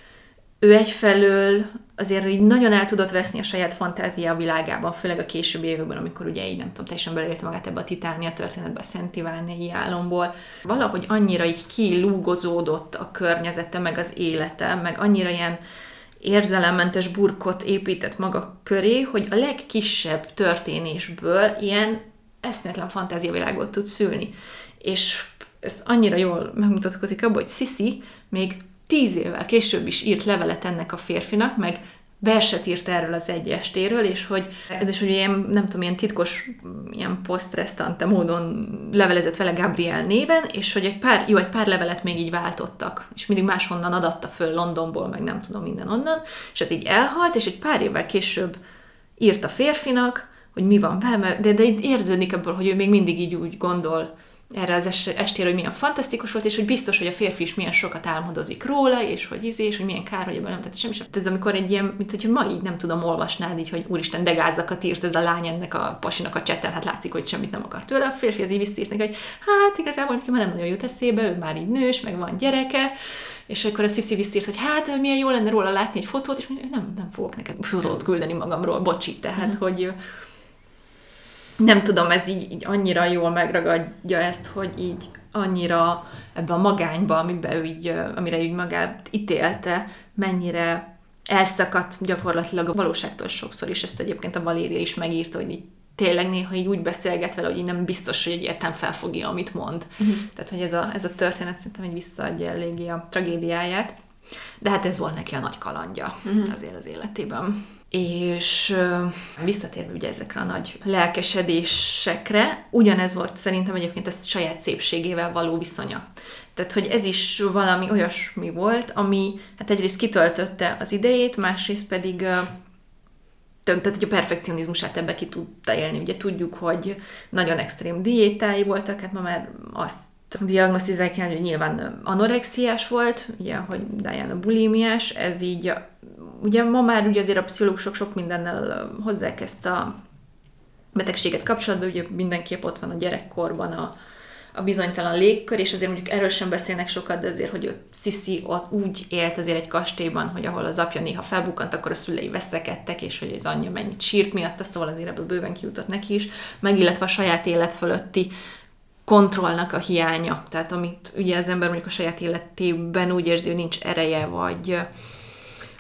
[SPEAKER 1] ő egyfelől azért így nagyon el tudott veszni a saját fantázia világában, főleg a későbbi években, amikor ugye így nem tudom, teljesen beleérte magát ebbe a Titánia történetbe, a Szent Iványi álomból. Valahogy annyira így kilúgozódott a környezete, meg az élete, meg annyira ilyen érzelemmentes burkot épített maga köré, hogy a legkisebb történésből ilyen eszméletlen fantáziavilágot tud szülni. És ezt annyira jól megmutatkozik abban, hogy Sissy még tíz évvel később is írt levelet ennek a férfinak, meg verset írt erről az egy estéről, és hogy, és hogy ilyen, nem tudom, ilyen titkos, ilyen posztresztante módon levelezett vele Gabriel néven, és hogy egy pár, jó, egy pár levelet még így váltottak, és mindig máshonnan adatta föl Londonból, meg nem tudom, minden onnan, és ez így elhalt, és egy pár évvel később írt a férfinak, hogy mi van vele, de, de érződik ebből, hogy ő még mindig így úgy gondol erre az estére, hogy milyen fantasztikus volt, és hogy biztos, hogy a férfi is milyen sokat álmodozik róla, és hogy izé, és hogy milyen kár, hogy ebből nem tett semmi sem. Ez amikor egy ilyen, mint hogyha ma így nem tudom, olvasnád így, hogy úristen, de gázakat írt ez a lány ennek a pasinak a cseten, hát látszik, hogy semmit nem akar tőle. A férfi az így visszírt neki, hogy hát igazából neki már nem nagyon jut eszébe, ő már így nős, meg van gyereke, és akkor a Sissy visszírt, hogy hát milyen jó lenne róla látni egy fotót, és mondja, nem, nem fogok neked fotót küldeni magamról, bocsi, tehát, mm. hogy nem tudom, ez így, így annyira jól megragadja ezt, hogy így annyira ebbe a magányba, amiben ő így, amire így magát ítélte, mennyire elszakadt gyakorlatilag a valóságtól sokszor, és ezt egyébként a Valéria is megírta, hogy így tényleg néha így úgy beszélget vele, hogy így nem biztos, hogy egyáltalán felfogja, amit mond. Uh-huh. Tehát, hogy ez a, ez a történet szerintem egy visszaadja eléggé a tragédiáját, de hát ez volt neki a nagy kalandja uh-huh. azért az életében. És uh, visszatérve ugye ezekre a nagy lelkesedésekre, ugyanez volt szerintem egyébként ez saját szépségével való viszonya. Tehát, hogy ez is valami olyasmi volt, ami hát egyrészt kitöltötte az idejét, másrészt pedig uh, tehát, hogy a perfekcionizmusát ebbe ki tudta élni. Ugye tudjuk, hogy nagyon extrém diétái voltak, hát ma már azt diagnosztizálják, hogy nyilván anorexiás volt, ugye, hogy Diana bulimiás, ez így, ugye ma már ugye azért a pszichológusok sok mindennel hozzák ezt a betegséget kapcsolatban, ugye mindenképp ott van a gyerekkorban a, a bizonytalan légkör, és azért mondjuk erről sem beszélnek sokat, de azért, hogy Sissy ott úgy élt azért egy kastélyban, hogy ahol az apja néha felbukkant, akkor a szülei veszekedtek, és hogy az anyja mennyit sírt miatta, szóval azért ebből bőven kijutott neki is, meg illetve a saját élet fölötti kontrollnak a hiánya. Tehát amit ugye az ember mondjuk a saját életében úgy érzi, hogy nincs ereje, vagy,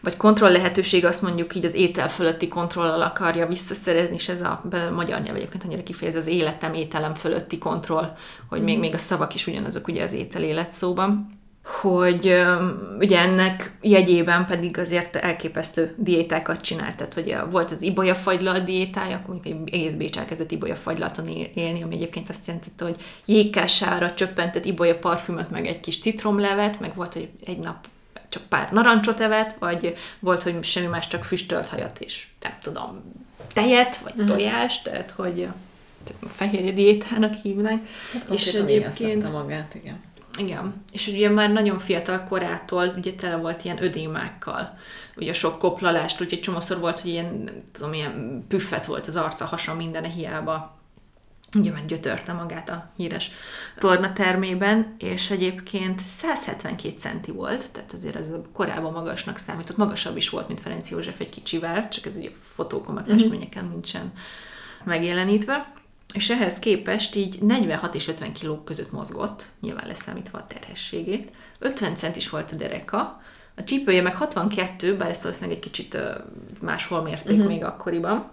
[SPEAKER 1] vagy kontroll lehetőség, azt mondjuk így az étel fölötti kontrollal akarja visszaszerezni, és ez a, a magyar nyelv egyébként annyira kifejez, az életem, ételem fölötti kontroll, hogy még, még a szavak is ugyanazok ugye az étel élet szóban. Hogy ugye ennek jegyében pedig azért elképesztő diétákat csinált, tehát hogy volt az ibolyafagylalt diétája, akkor mondjuk egy egész Bécs elkezdett ibolyafagylalton élni, ami egyébként azt jelentette, hogy jégkására csöppentett ibolya parfümöt, meg egy kis citromlevet, meg volt, hogy egy nap csak pár narancsot evett, vagy volt, hogy semmi más, csak füstölt hajat és nem tudom, tejet, vagy uh-huh. tojást, tehát hogy fehérje diétának hívnak.
[SPEAKER 2] Hát és egyébként magát, igen.
[SPEAKER 1] Igen, és ugye már nagyon fiatal korától ugye tele volt ilyen ödémákkal, ugye sok koplalást, úgyhogy csomószor volt, hogy ilyen, nem tudom, ilyen püffet volt az arca, hasa, mindene hiába. Ugye már gyötörte magát a híres tornatermében, és egyébként száz hetvenkét centi volt, tehát azért ez korábban magasnak számított, magasabb is volt, mint Ferenc József egy kicsivel, csak ez ugye fotókon, meg festményeken nincsen megjelenítve. És ehhez képest így negyvenhat és ötven kiló között mozgott, nyilván leszámítva a terhességét. ötven centis volt a dereka, a csípője meg hatvankettő, bár ezt valószínűleg egy kicsit máshol mérték uh-huh. még akkoriban.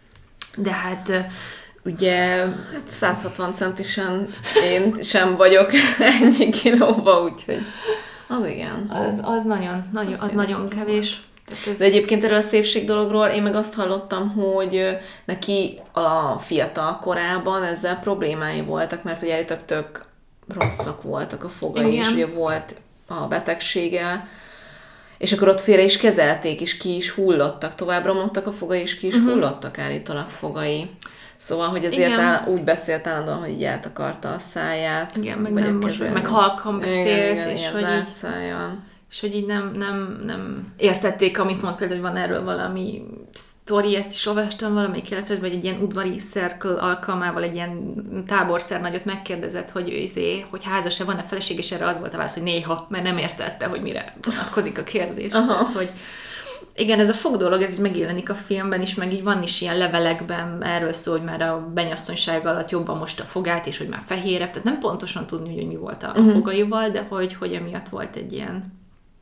[SPEAKER 1] De hát ugye...
[SPEAKER 2] Hát száz hatvan centisen én sem vagyok ennyi kilóba, úgyhogy az igen.
[SPEAKER 1] Az, az nagyon, nagyon, az nagyon kevés.
[SPEAKER 2] De egyébként erről a szépség dologról én meg azt hallottam, hogy neki a fiatal korában ezzel problémái voltak, mert ugye állítólag tök rosszak voltak a fogai, és ugye volt a betegsége, és akkor ott félre is kezelték, és ki is hullottak, tovább romlottak a fogai, és ki is uh-huh. hullottak állítólag fogai. Szóval, hogy azért áll, úgy beszélt állandóan, hogy így eltakarta a száját.
[SPEAKER 1] Igen, meg nem most, meg halkan beszélt,
[SPEAKER 2] igen,
[SPEAKER 1] és
[SPEAKER 2] igen,
[SPEAKER 1] hogy így...
[SPEAKER 2] szájon.
[SPEAKER 1] És hogy így nem, nem, nem értették, amit mond, például, hogy van erről valami sztori, ezt is olvastam valamelyik életről, vagy egy ilyen udvari circle alkalmával egy ilyen táborszernagyot megkérdezett, hogy, izé, hogy házas-e, van-e feleség, és erre az volt a válasz, hogy néha, mert nem értette, hogy mire vonatkozik a kérdés. Tehát, hogy igen, ez a fog dolog, ez így megjelenik a filmben is, meg így van is ilyen levelekben erről szó, hogy már a benyasszonyság alatt jobban most a fogát, és hogy már fehérebb, tehát nem pontosan tudni, hogy mi volt a uh-huh. fogaival, de hogy, hogy emiatt volt egy ilyen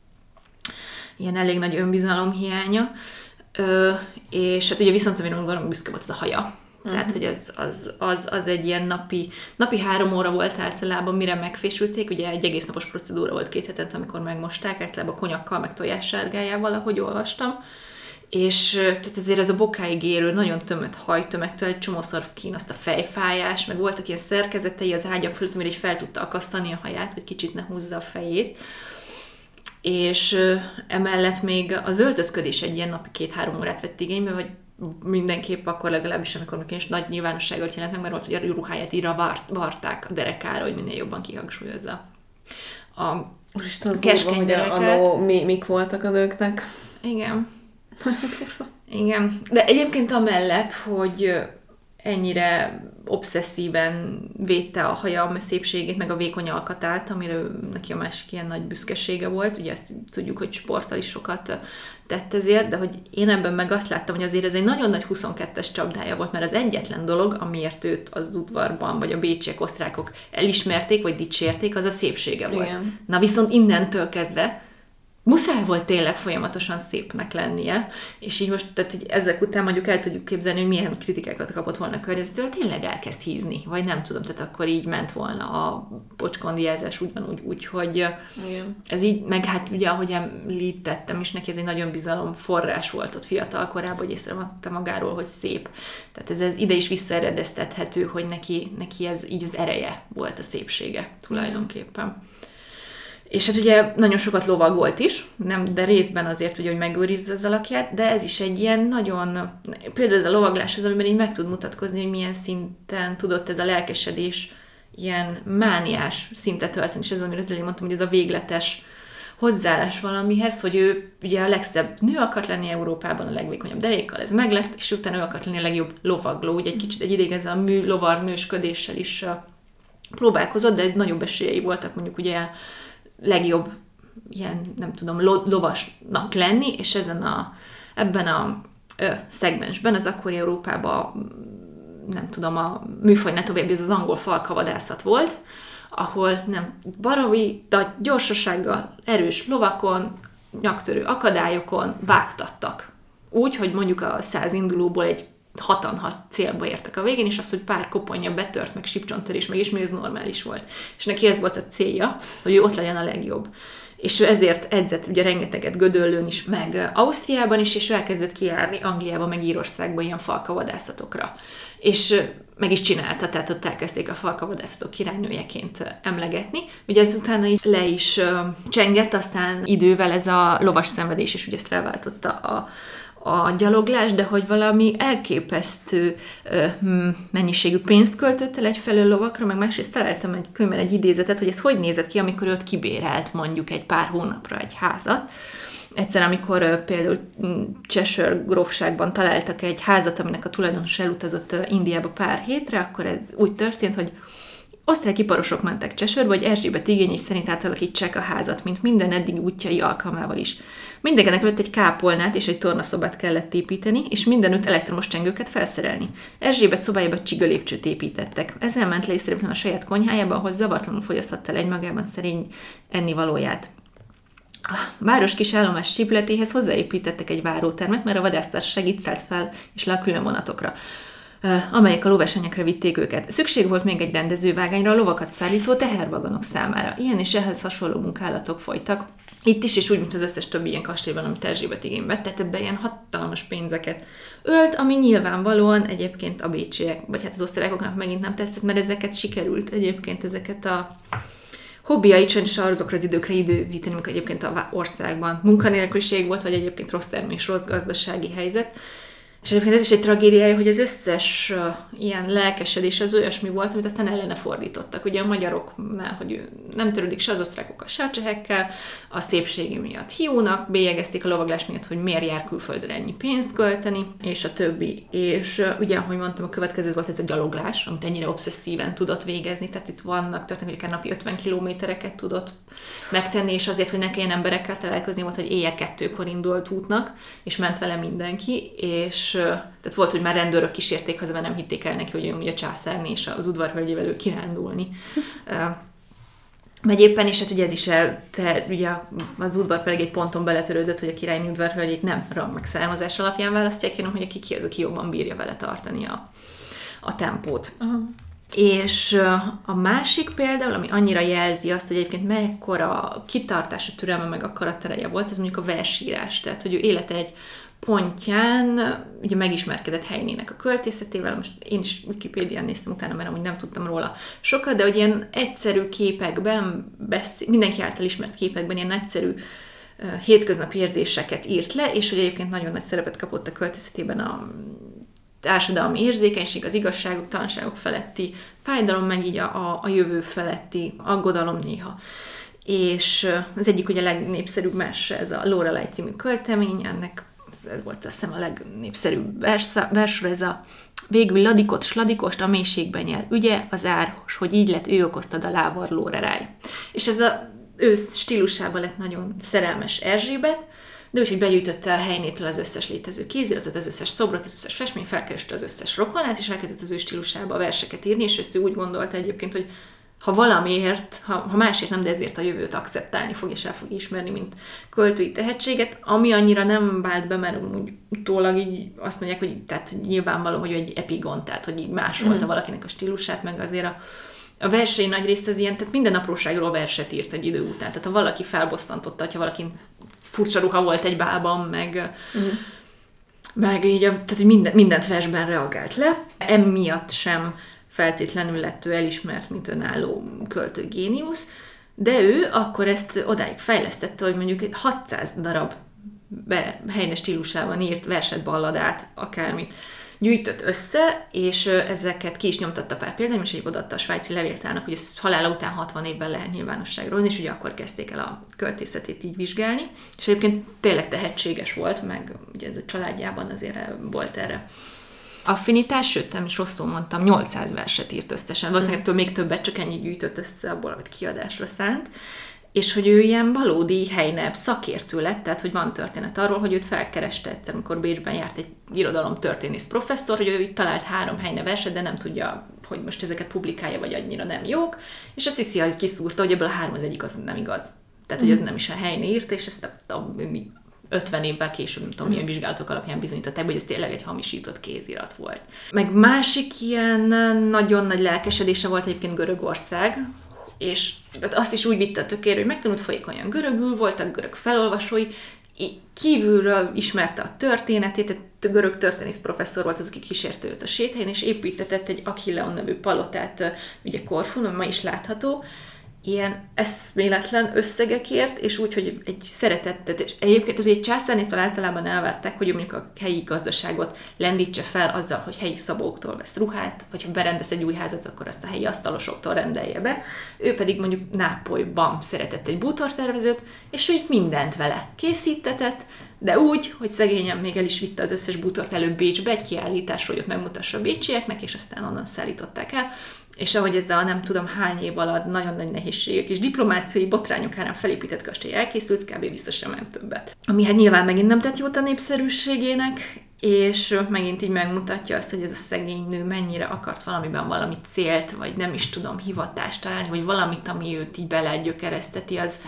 [SPEAKER 1] ilyen elég nagy önbizalom hiánya, Ö, és hát ugye viszont amiről valami büszke volt, az a haja. Uh-huh. Tehát, hogy az, az, az, az egy ilyen napi, napi három óra volt általában, mire megfésülték, ugye egy egész napos procedúra volt két hetente, amikor megmosták, általában konyakkal, meg tojássárgájával, ahogy olvastam, és tehát azért ez a bokáig érő, nagyon tömött hajtömegtől, egy csomószor kínoszt a fejfájás, meg voltak ilyen szerkezetei az ágyak fölött, amire így fel tudta akasztani a haját, hogy kicsit ne húzza a fejét. És ö, emellett még az öltözködés egy ilyen napi két-három órát vett igénybe, hogy mindenképp akkor legalábbis, amikor még is nagy nyilvánosságot jelent meg, mert volt, hogy a ruháját íra vart, varták a derekára, hogy minél jobban kihangsúlyozza a
[SPEAKER 2] keskenydereket. Mi, mik voltak a nőknek?
[SPEAKER 1] Igen. Igen. De egyébként amellett, hogy ennyire obszesszíven védte a haja szépségét, meg a vékony alkatát, amire neki a másik ilyen nagy büszkesége volt. Ugye ezt tudjuk, hogy sporttal is sokat tett ezért, de hogy én ebben meg azt láttam, hogy azért ez egy nagyon nagy huszonkettes csapdája volt, mert az egyetlen dolog, amiért őt az udvarban, vagy a bécsiek, osztrákok elismerték, vagy dicsérték, az a szépsége volt. Igen. Na viszont innentől kezdve muszáj volt tényleg folyamatosan szépnek lennie, és így most, tehát hogy ezek után mondjuk el tudjuk képzelni, hogy milyen kritikákat kapott volna a környezetől, tényleg elkezd hízni, vagy nem tudom, tehát akkor így ment volna a pocskondiázás ugyanúgy, úgyhogy igen. Ez így, meg hát ugye, ahogy említettem is, neki ez egy nagyon bizalom forrás volt ott fiatal korában, hogy észrevette magáról, hogy szép. Tehát ez, ez ide is visszaeredeztethető, hogy neki, neki ez így az ereje volt a szépsége tulajdonképpen. Igen. És hát ugye nagyon sokat lovagolt is, nem, de részben azért, ugye, hogy megőrizze az alakját, de ez is egy ilyen nagyon, például ez a lovaglás az, amiben így meg tud mutatkozni, hogy milyen szinten tudott ez a lelkesedés ilyen mániás szintet tölteni, és ez, amire az elég mondtam, hogy ez a végletes hozzáállás valamihez, hogy ő ugye a legszebb nő akart lenni Európában, a legvékonyabb derékkal, ez meglett, és utána ő akart lenni a legjobb lovagló, ugye egy kicsit egy ideig ezzel a mű lovarnősködéssel is próbálkozott, de nagyobb esélyei voltak mondjuk ugye legjobb ilyen, nem tudom, lo- lovasnak lenni, és ezen a, ebben a ö, szegmensben, az akkori Európában, nem tudom, a műfaj ne tovább, ez az angol falkavadászat volt, ahol nem baromi, de gyorsasággal, erős lovakon, nyaktörő akadályokon vágtattak. Úgy, hogy mondjuk a száz indulóból egy hatan hat célba értek a végén, és az, hogy pár koponya betört, meg sípcsontörés, meg ismét ez normális volt. És neki ez volt a célja, hogy ő ott legyen a legjobb. És ő ezért edzett ugye rengeteget Gödöllőn is, meg Ausztriában is, és ő elkezdett kijárni Angliába, meg Írországba ilyen falkavadászatokra. És meg is csinálta, tehát ott elkezdték a falkavadászatok királynőjeként emlegetni. Ugye ezután így le is uh, csengett, aztán idővel ez a lovas szenvedés, és ugye ezt felváltotta a a gyaloglás, de hogy valami elképesztő uh, mennyiségű pénzt költött el egyfelől lovakra, meg másrészt találtam egy könyvben egy idézetet, hogy ez hogy nézett ki, amikor ő ott kibérelt mondjuk egy pár hónapra egy házat. Egyszer, amikor uh, például Cheshire grófságban találtak egy házat, aminek a tulajdonos elutazott uh, Indiába pár hétre, akkor ez úgy történt, hogy osztrák iparosok mentek Cheshire-be, hogy Erzsébet igényei szerint átalakítsák a házat, mint minden eddig útjai alkalmával is. Mindenkinek előtt egy kápolnát és egy tornaszobát kellett építeni, és mindenütt elektromos csengőket felszerelni. Erzsébet szobájába csigölépcsőt építettek. Ezzel ment le észrevétlen a saját konyhájába, ahol zavartalanul fogyaszthatta el egymagában szerény ennivalóját. A város kis állomás sípületéhez hozzáépítettek egy várótermet, mert a vadásztársaság itt szállt fel és le a külön vonatokra, amelyek a lovasanyagra vitték őket. Szükség volt még egy rendezővágányra a lovakat szállító tehervagonok számára. Ilyen és ehhez hasonló munkálatok folytak. Itt is, és úgy, mint az összes többi ilyen kastélyban, amit Erzsébet igénybe vett, tehát ebben ilyen hatalmas pénzeket ölt, ami nyilvánvalóan egyébként a bécsiek, vagy hát az osztrákoknak megint nem tetszett, mert ezeket sikerült egyébként ezeket a hobbiait sajnos azokra az időkre időzíteni, amikor egyébként az országban munkanélküliség volt, vagy egyébként rossz termés, rossz gazdasági helyzet. És egyébként ez is egy tragédiája, hogy az összes uh, ilyen lelkesedés az olyasmi volt, amit aztán ellene fordítottak. Ugye a magyaroknál, hogy nem törődik se az osztrákokkal, se a csehekkel, a szépsége miatt hiúnak, bélyegezték a lovaglás miatt, hogy miért jár külföldre ennyi pénzt költeni, és a többi. És uh, ugye, ahogy mondtam, a következő volt ez a gyaloglás, amit ennyire obszesszíven tudott végezni, tehát itt vannak történtek, hogy napi ötven kilométereket tudott megtenni, és azért, hogy ne kelljen emberekkel találkozni, volt, hogy éjjel kettőkor indult útnak, és ment vele mindenki, és tehát volt, hogy már rendőrök kísérték haza, mert nem hitték el neki, hogy ő ugye a császárné és az udvarhölgyével ő kirándulni. Megy éppen, és hát ugye ez is el, de ugye az udvar pedig egy ponton beletörődött, hogy a királynő udvarhölgyét nem rang meg származás alapján választják, hanem hogy aki ki az, aki jobban bírja vele tartani a, a tempót. Uh-huh. És a másik például, ami annyira jelzi azt, hogy egyébként mekkora kitartása, türelme, meg a karaktereje volt, ez mondjuk a versírás. Tehát, hogy ő élete egy pontján ugye megismerkedett Heinének a költészetével, most én is Wikipédián néztem utána, mert amúgy nem tudtam róla sokat, de hogy ilyen egyszerű képekben, beszél, mindenki által ismert képekben ilyen egyszerű uh, hétköznapi érzéseket írt le, és hogy egyébként nagyon nagy szerepet kapott a költészetében a társadalmi érzékenység, az igazságok, talanságok feletti fájdalom, meg így a, a jövő feletti aggodalom néha. És az egyik ugye legnépszerűbb mese, ez a Lorelei című költemény, ennek ez volt azt hiszem a legnépszerűbb versor, ez a végül ladikot, sladikost a mélységben nyel, ügye, az árhos, hogy így lett, ő okoztad a lávar Lorelei. És ez a ő stílusában lett nagyon szerelmes Erzsébet, de úgyhogy begyűjtötte a Heinétől az összes létező kéziratot, az összes szobrot, az összes festményt, felkereste az összes rokonát, és elkezdett az ő stílusába a verseket írni, és ezt ő úgy gondolta egyébként, hogy ha valamiért, ha, ha másért nem, de ezért a jövőt akceptálni fog, és el fog ismerni, mint költői tehetséget, ami annyira nem vált be, mert úgy utólag így azt mondják, hogy tehát nyilvánvaló, hogy egy epigon, tehát hogy így másolta mm. valakinek a stílusát, meg azért a, a versei nagy részt az ilyen, tehát minden apróságról verset írt egy idő után. Tehát ha valaki felbosszantotta, ha valaki furcsa ruha volt egy bában, meg, mm. meg így, a, tehát minden, mindent versben reagált le. Emiatt sem feltétlenül lett ő elismert, mint önálló költő géniusz, de ő akkor ezt odáig fejlesztette, hogy mondjuk hatszáz darab be, Heine stílusában írt verset, balladát, akármit gyűjtött össze, és ezeket ki is nyomtatta pár példány, és egyébként odaadta a svájci levéltárnak, hogy ez halála után hatvan évben lehet nyilvánosságra hozni, és ugye akkor kezdték el a költészetét így vizsgálni, és egyébként tényleg tehetséges volt, meg ugye ez a családjában azért volt erre affinitás, sőt, nem is rosszul mondtam, nyolcszáz verset írt összesen, valószínűleg ettől még többet, csak ennyit gyűjtött össze abból, amit kiadásra szánt, és hogy ő ilyen valódi Heine szakértő lett, tehát hogy van történet arról, hogy őt felkereste egyszer, amikor Bécsben járt egy irodalomtörténész professzor, hogy ő itt talált három Heine verset, de nem tudja, hogy most ezeket publikálja, vagy annyira nem jók, és azt hiszi, hogy kiszúrta, hogy ebből a három az egyik az nem igaz. Tehát, hogy ez nem is a helyén írt, és ezt a, a, ötven évvel később, nem tudom, milyen vizsgálatok alapján bizonyították, hogy ez tényleg egy hamisított kézirat volt. Meg másik ilyen nagyon nagy lelkesedése volt egyébként Görögország, és azt is úgy vitte a tökére, hogy megtanult folyékonyan görögül, voltak görög felolvasói, kívülről ismerte a történetét, egy görög történész professzor volt az, aki kísérte őt a séthelyen, és építetett egy Achilleon nevű palotát ugye Korfun, ami ma is látható, ilyen eszméletlen összegekért, és úgy, hogy egy szeretettet, és egyébként az egy császárnétól általában elvárták, hogy mondjuk a helyi gazdaságot lendítse fel azzal, hogy helyi szabóktól vesz ruhát, vagy ha berendez egy új házat, akkor azt a helyi asztalosoktól rendelje be. Ő pedig mondjuk Nápolyban szeretett egy bútortervezőt, és ő így mindent vele készítetett, de úgy, hogy szegényen még el is vitte az összes bútort előbb Bécsbe egy kiállításra, hogy ott megmutassa a bécsieknek, és aztán onnan szállították el. És ahogy ez a nem tudom hány év alatt nagyon nagy nehézségek és diplomáciai botrányok árán felépített kastély elkészült, kb. Vissza sem ment többet. Ami hát nyilván megint nem tett jót a népszerűségének, és megint így megmutatja azt, hogy ez a szegény nő mennyire akart valamiben valami célt, vagy nem is tudom, hivatást találni, vagy valamit, ami őt így belegyökereszteti az,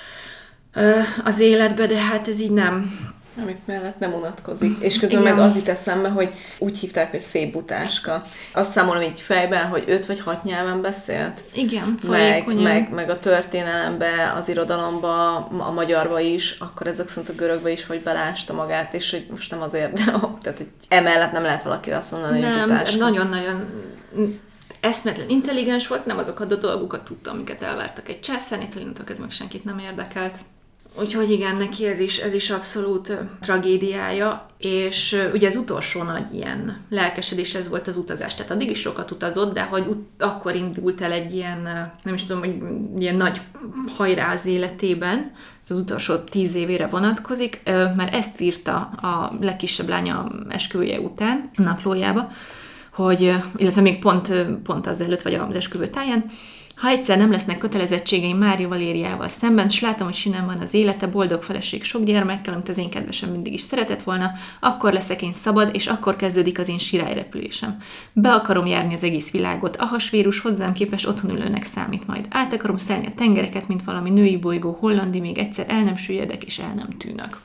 [SPEAKER 1] az életbe, de hát ez így nem...
[SPEAKER 2] Amit mellett nem unatkozik. És közben igen. Meg az jut eszembe, hogy úgy hívták, hogy szép butáska. Azt számolom így fejben, hogy öt vagy hat nyelven beszélt.
[SPEAKER 1] Igen,
[SPEAKER 2] meg, meg, meg a történelembe, az irodalomba, a magyarba is, akkor ezek szerint a görögbe is, hogy belásta magát, és hogy most nem azért, de tehát, hogy emellett nem lehet valakire azt mondani, hogy
[SPEAKER 1] nem,
[SPEAKER 2] butáska.
[SPEAKER 1] nagyon-nagyon eszméletlen intelligens volt, nem azokat a dolgokat tudta, amiket elvártak egy császárnétől, ez meg senkit nem érdekelt. Úgyhogy igen, neki ez is, ez is abszolút uh, tragédiája, és uh, ugye az utolsó nagy ilyen lelkesedés, ez volt az utazás. Tehát addig is sokat utazott, de hogy ut- akkor indult el egy ilyen, uh, nem is tudom, hogy ilyen nagy hajrá az életében, ez az utolsó tíz évére vonatkozik, uh, mert ezt írta a legkisebb lánya esküvője után, a naplójába, hogy, uh, illetve még pont, uh, pont azelőtt, vagy az esküvő táján, ha egyszer nem lesznek kötelezettségeim Mária Valériával szemben, s látom, hogy sinem van az élete, boldog feleség sok gyermekkel, amit az én kedvesem mindig is szeretett volna, akkor leszek én szabad, és akkor kezdődik az én sirályrepülésem. Be akarom járni az egész világot, a hasvérus hozzám képest otthonülőnek számít majd. Át akarom szelni a tengereket, mint valami női bolygó hollandi, még egyszer el nem süllyedek, és el nem tűnök.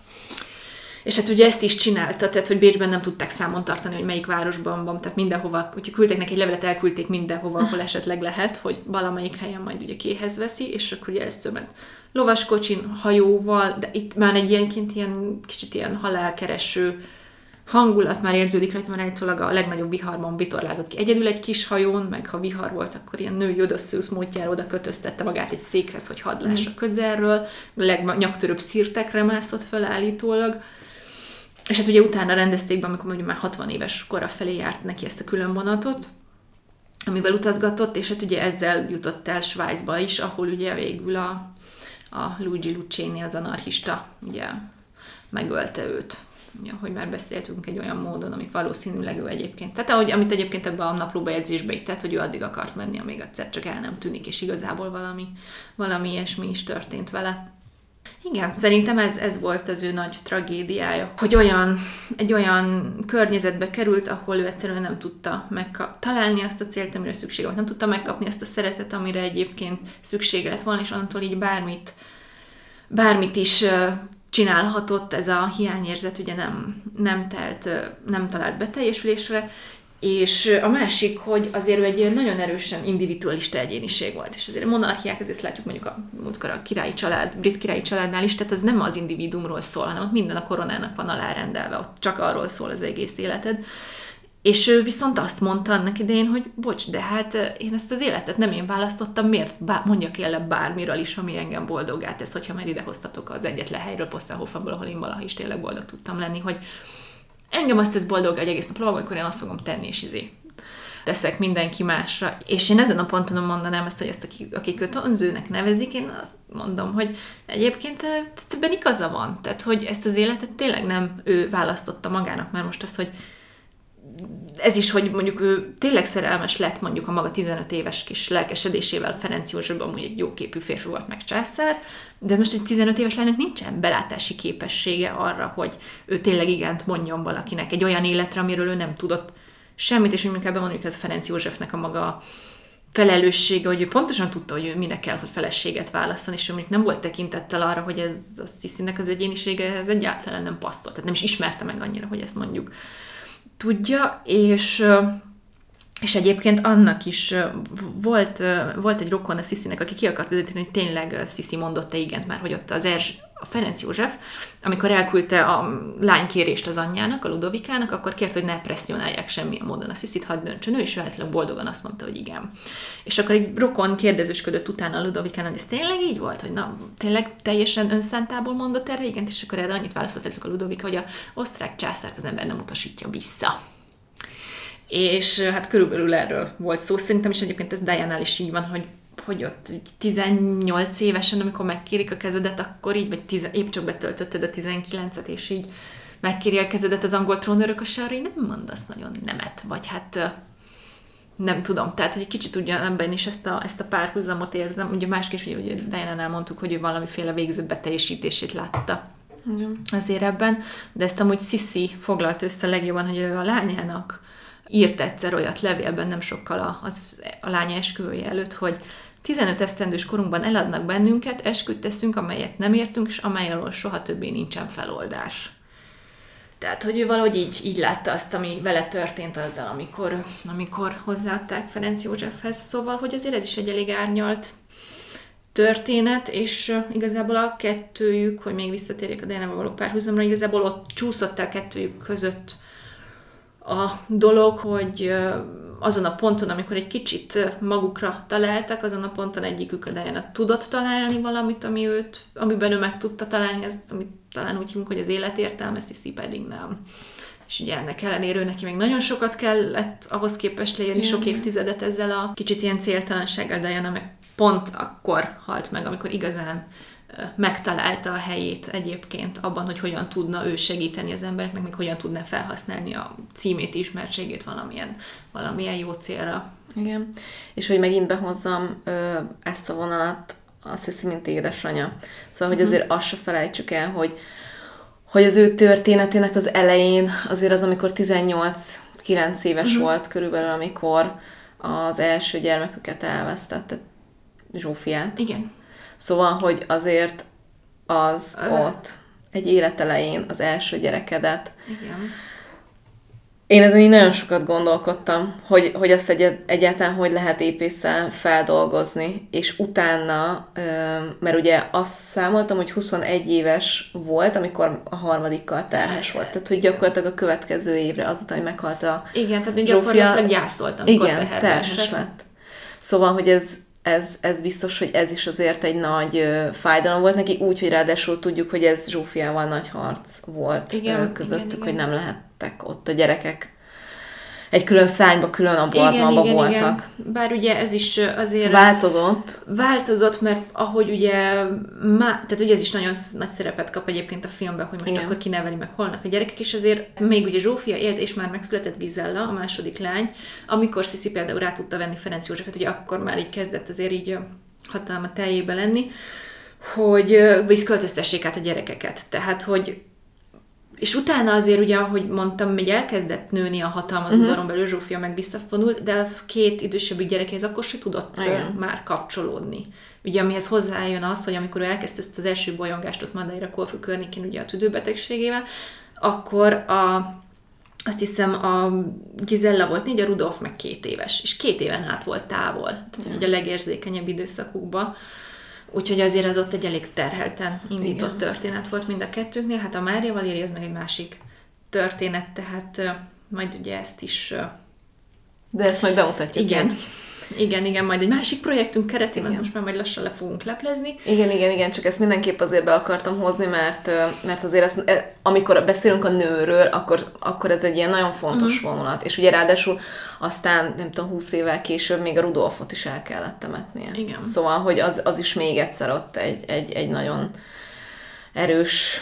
[SPEAKER 1] És hát ugye ezt is csinálta, tehát hogy Bécsben nem tudták számon tartani, hogy melyik városban van, tehát mindenhova, hogyha küldtek neki egy levelet, elküldték mindenhova, ahol esetleg lehet, hogy valamelyik helyen majd ugye kéhez veszi, és akkor ugye először ment lovaskocsin, hajóval, de itt már egy ilyenként ilyen kicsit ilyen halálkereső hangulat már érződik rajta, mert állítólag a legnagyobb viharban vitorlázott ki egyedül egy kis hajón, meg ha vihar volt, akkor ilyen női Odysseus módjára oda kötöztette magát egy székhez, hogy hadd lássa közelről, a legnyaktörőbb szirtekre mászott fel állítólag. És hát ugye utána rendezték be, amikor mondjuk már hatvan éves kora felé járt neki ezt a külön vonatot, amivel utazgatott, és hát ugye ezzel jutott el Svájcba is, ahol ugye végül a, a Luigi Lucchini, az anarchista, ugye megölte őt. Ugye, ahogy már beszéltünk egy olyan módon, ami valószínűleg ő egyébként. Tehát ahogy, amit egyébként ebben a naplóbejegyzésbe itt tett, hogy ő addig akart menni, amíg egyszer csak el nem tűnik, és igazából valami, valami ilyesmi is történt vele. Igen, szerintem ez, ez volt az ő nagy tragédiája, hogy olyan, egy olyan környezetbe került, ahol ő egyszerűen nem tudta megkap- találni azt a célt, amire szüksége volt, nem tudta megkapni azt a szeretet, amire egyébként szüksége lett volna, és onnantól így bármit, bármit is csinálhatott, ez a hiányérzet ugye nem, nem, telt, nem talált beteljesülésre, és a másik, hogy azért ő egy nagyon erősen individualista egyéniség volt, és azért a monarchiák, ezért látjuk mondjuk a múltkor a királyi család, brit királyi családnál is, tehát az nem az individuumról szól, hanem ott minden a koronának van alárendelve, ott csak arról szól az egész életed. És ő viszont azt mondta annak idején, hogy bocs, de hát én ezt az életet nem én választottam, miért bár, mondjak el bármiről is, ami engem boldoggá tesz, hogyha már idehoztatok az egyetlen helyről, Possenhofenból, ahol én valaha is tényleg boldog tudtam lenni, hogy engem azt tesz boldog egy egész nap lovag, akkor én azt fogom tenni, és izé teszek mindenki másra. És én ezen a ponton mondanám ezt, hogy ezt, akik, akik őt önzőnek nevezik, én azt mondom, hogy egyébként ebben igaza van. Tehát, hogy ezt az életet tényleg nem ő választotta magának, mert most az, hogy ez is, hogy mondjuk ő tényleg szerelmes lett mondjuk a maga tizenöt éves kis lelkesedésével, Ferenc József amúgy egy jóképű férfi volt meg császár, de most egy tizenöt éves lánynak nincsen belátási képessége arra, hogy ő tényleg igent mondjon valakinek egy olyan életre, amiről ő nem tudott semmit, és úgy inkább mondjuk ez Ferenc Józsefnek a maga felelőssége, hogy ő pontosan tudta, hogy ő mire kell, hogy feleséget válasszon, és ő mondjuk nem volt tekintettel arra, hogy ez a Sissynek az egyénisége ez egyáltalán nem passzolt. Tehát nem is ismerte meg annyira, hogy ezt mondjuk tudja, és, és egyébként annak is volt, volt egy rokon a Sissynek, aki ki akart deríteni, hogy tényleg Sissy mondott-e igent már, hogy ott az Erzs, a Ferenc József, amikor elküldte a lánykérést az anyjának, a Ludovikának, akkor kért, hogy ne presszionálják semmilyen módon a Sissyt, hadd döntsön ő, és ő általában boldogan azt mondta, hogy igen. És akkor egy rokon kérdezősködött utána a Ludovikán, hogy ez tényleg így volt, hogy na, tényleg teljesen önszántából mondott erre igent, és akkor erre annyit válaszoltatok a Ludovika, hogy a osztrák császárt az ember nem utasítja vissza. És hát körülbelül erről volt szó. Szerintem is egyébként ez Dianánál is így van, hogy hogy ott tizennyolc évesen, amikor megkérik a kezedet, akkor így, vagy tizen, épp csak betöltötted a tizenkilencet, és így megkéri a kezedet az angol trónörökösre, így nem mondasz nagyon nemet, vagy hát nem tudom. Tehát, hogy egy kicsit ugyanebben is ezt a, ezt a párhuzamot érzem. Ugye másképp, ugye Dianánál mondtuk, hogy ő valamiféle végzett beteljesítését látta mm. azért ebben, de ezt amúgy Sissy foglalt össze legjobban, hogy ő a lányának írt egyszer olyat levélben, nem sokkal a, az, a lánya esküvője előtt, hogy tizenöt esztendős korunkban eladnak bennünket, esküt teszünk, amelyet nem értünk, és amely alól soha többé nincsen feloldás. Tehát, hogy ő valahogy így, így látta azt, ami vele történt azzal, amikor, amikor hozzáadták Ferenc Józsefhez. Szóval, hogy azért ez is egy elég árnyalt történet, és igazából a kettőjük, hogy még visszatérjek a Dianával való párhuzamra, igazából ott csúszott el kettőjük között a dolog, hogy azon a ponton, amikor egy kicsit magukra találtak, azon a ponton egyikük a Diana tudott találni valamit, ami őt, amiben ő meg tudta találni, ezt, amit talán úgy hívunk, hogy az életértelme, Sissy pedig nem. És ugye ennek ellenére neki még nagyon sokat kellett ahhoz képest leérni, sok évtizedet ezzel a kicsit ilyen céltalansággal, Diana meg pont akkor halt meg, amikor igazán megtalálta a helyét egyébként abban, hogy hogyan tudna ő segíteni az embereknek, még hogyan tudná felhasználni a címét, ismertségét valamilyen, valamilyen jó célra.
[SPEAKER 2] Igen. És hogy megint behozzam ö, ezt a vonalat, azt hiszem, mint édesanyja. Szóval, hogy azért azt se felejtsük el, hogy, hogy az ő történetének az elején azért az, amikor tizennyolc-kilenc éves uh-huh. volt körülbelül, amikor az első gyermeküket elvesztette, Zsófiát.
[SPEAKER 1] Igen.
[SPEAKER 2] Szóval, hogy azért az uh. ott egy élet elején az első gyerekedet.
[SPEAKER 1] Igen.
[SPEAKER 2] Én ezen így nagyon sokat gondolkodtam, hogy, hogy azt egy, egyáltalán hogy lehet épésszel feldolgozni, és utána, mert ugye azt számoltam, hogy huszonegy éves volt, amikor a harmadikkal terhes volt. Tehát, hogy gyakorlatilag a következő évre, azután, hogy meghalt a
[SPEAKER 1] Igen, tehát gyakorlatilag gyászolt, amikor
[SPEAKER 2] igen, terhes lett. Szóval, hogy ez Ez, ez biztos, hogy ez is azért egy nagy ö, fájdalom volt neki, úgy, hogy ráadásul tudjuk, hogy ez Zsófiával nagy harc volt igen, ö, közöttük, igen, hogy igen. nem lehettek ott a gyerekek. Egy külön szányba, külön abortmanba voltak. Igen.
[SPEAKER 1] Bár ugye ez is azért...
[SPEAKER 2] Változott.
[SPEAKER 1] Változott, mert ahogy ugye... Má, tehát ugye ez is nagyon nagy szerepet kap egyébként a filmben, hogy most igen. akkor kineveli meg holnak a gyerekek, és azért még ugye Zsófia élt, és már megszületett Gizella, a második lány, amikor Sissy például rá tudta venni Ferenc Józsefet, ugye akkor már így kezdett azért így hatalma teljébe lenni, hogy visszköltöztessék át a gyerekeket. Tehát, hogy és utána azért ugye, ahogy mondtam, még elkezdett nőni a hatalma az udvaron belül, Zsófia meg visszavonult, de a két idősebb gyerekéhez akkor se tudott igen. már kapcsolódni. Ugye amihez hozzájön az, hogy amikor ő elkezdte ezt az első bolyongást ott Madeira Korfu környékén ugye a tüdőbetegségével, akkor a, azt hiszem a Gizella volt négy, a Rudolf meg két éves, és két éven át volt távol. Tehát ugye a legérzékenyebb időszakukban. Úgyhogy azért az ott egy elég terhelten indított igen. történet volt mind a kettőknél. Hát a Mária Valéria az meg egy másik történet, tehát uh, majd ugye ezt is... Uh,
[SPEAKER 2] De ezt majd bemutatjuk.
[SPEAKER 1] Igen, igen, igen, majd egy másik projektünk keretében most már majd lassan le fogunk leplezni.
[SPEAKER 2] Igen, igen, igen, csak ezt mindenképp azért be akartam hozni, mert, mert azért ezt, amikor beszélünk a nőről, akkor, akkor ez egy ilyen nagyon fontos uh-huh. vonulat. És ugye ráadásul aztán, nem tudom, húsz évvel később még a Rudolfot is el kellett temetnie. Igen. Szóval, hogy az, az is még egyszer ott egy, egy, egy nagyon erős,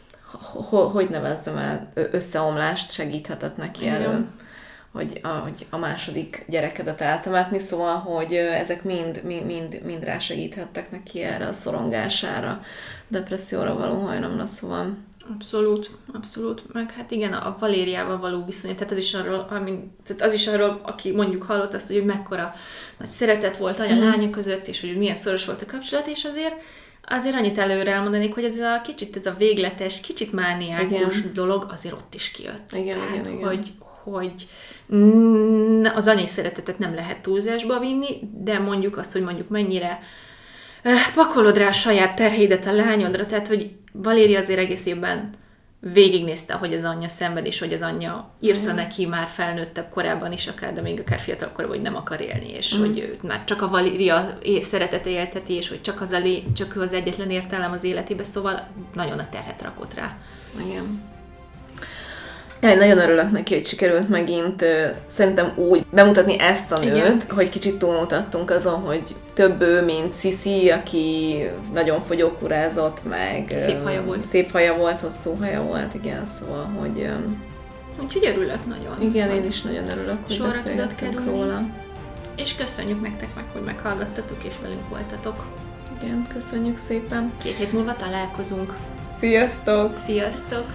[SPEAKER 2] hogy nevezzem el, összeomlást segíthetett neki elő. Hogy a, hogy a második gyerekedet eltemetni, szóval, hogy ezek mind, mind, mind, mind rá segíthettek neki erre a szorongására, depresszióra való hajlamra, szóval.
[SPEAKER 1] Abszolút, abszolút. Meg hát igen, a Valériával való viszony, tehát az is arról, ami, tehát az is arról, aki mondjuk hallott azt, hogy mekkora nagy szeretet volt anya-lánya között, és hogy milyen szoros volt a kapcsolat, és azért azért annyit előre elmondanék, hogy ez a kicsit, ez a végletes, kicsit mániákus igen. dolog azért ott is kijött.
[SPEAKER 2] Igen,
[SPEAKER 1] tehát,
[SPEAKER 2] igen,
[SPEAKER 1] hogy, hogy az anyai szeretetet nem lehet túlzásba vinni, de mondjuk azt, hogy mondjuk mennyire pakolod rá a saját terhédet a lányodra, tehát, hogy Valéria azért egész évben végignézte, hogy az anyja szenved, és hogy az anyja írta mm. neki már felnőttebb korában is, akár, de még akár fiatal korában, hogy nem akar élni, és mm. hogy őt már csak a Valéria szeretete élteti, és hogy csak, az a lé, csak ő az egyetlen értelem az életébe, szóval nagyon a terhet rakott rá.
[SPEAKER 2] Igen. Ja, én nagyon örülök neki, hogy sikerült megint uh, szerintem úgy bemutatni ezt a nőt, igen. hogy kicsit túlmutattunk azon, hogy több ő, mint Sisi, aki nagyon fogyókurázott, meg
[SPEAKER 1] szép haja volt.
[SPEAKER 2] Szép haja volt, hosszú haja volt, igen, szóval, hogy... Um,
[SPEAKER 1] Úgyhogy örülök nagyon.
[SPEAKER 2] Igen, én is nagyon örülök, hogy
[SPEAKER 1] sorra tudott kerülni
[SPEAKER 2] róla.
[SPEAKER 1] És köszönjük nektek meg, hogy meghallgattatok, és velünk voltatok.
[SPEAKER 2] Igen, köszönjük szépen.
[SPEAKER 1] Két hét múlva találkozunk.
[SPEAKER 2] Sziasztok!
[SPEAKER 1] Sziasztok!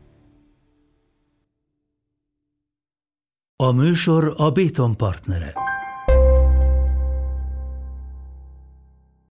[SPEAKER 3] A műsor a Béton partnere.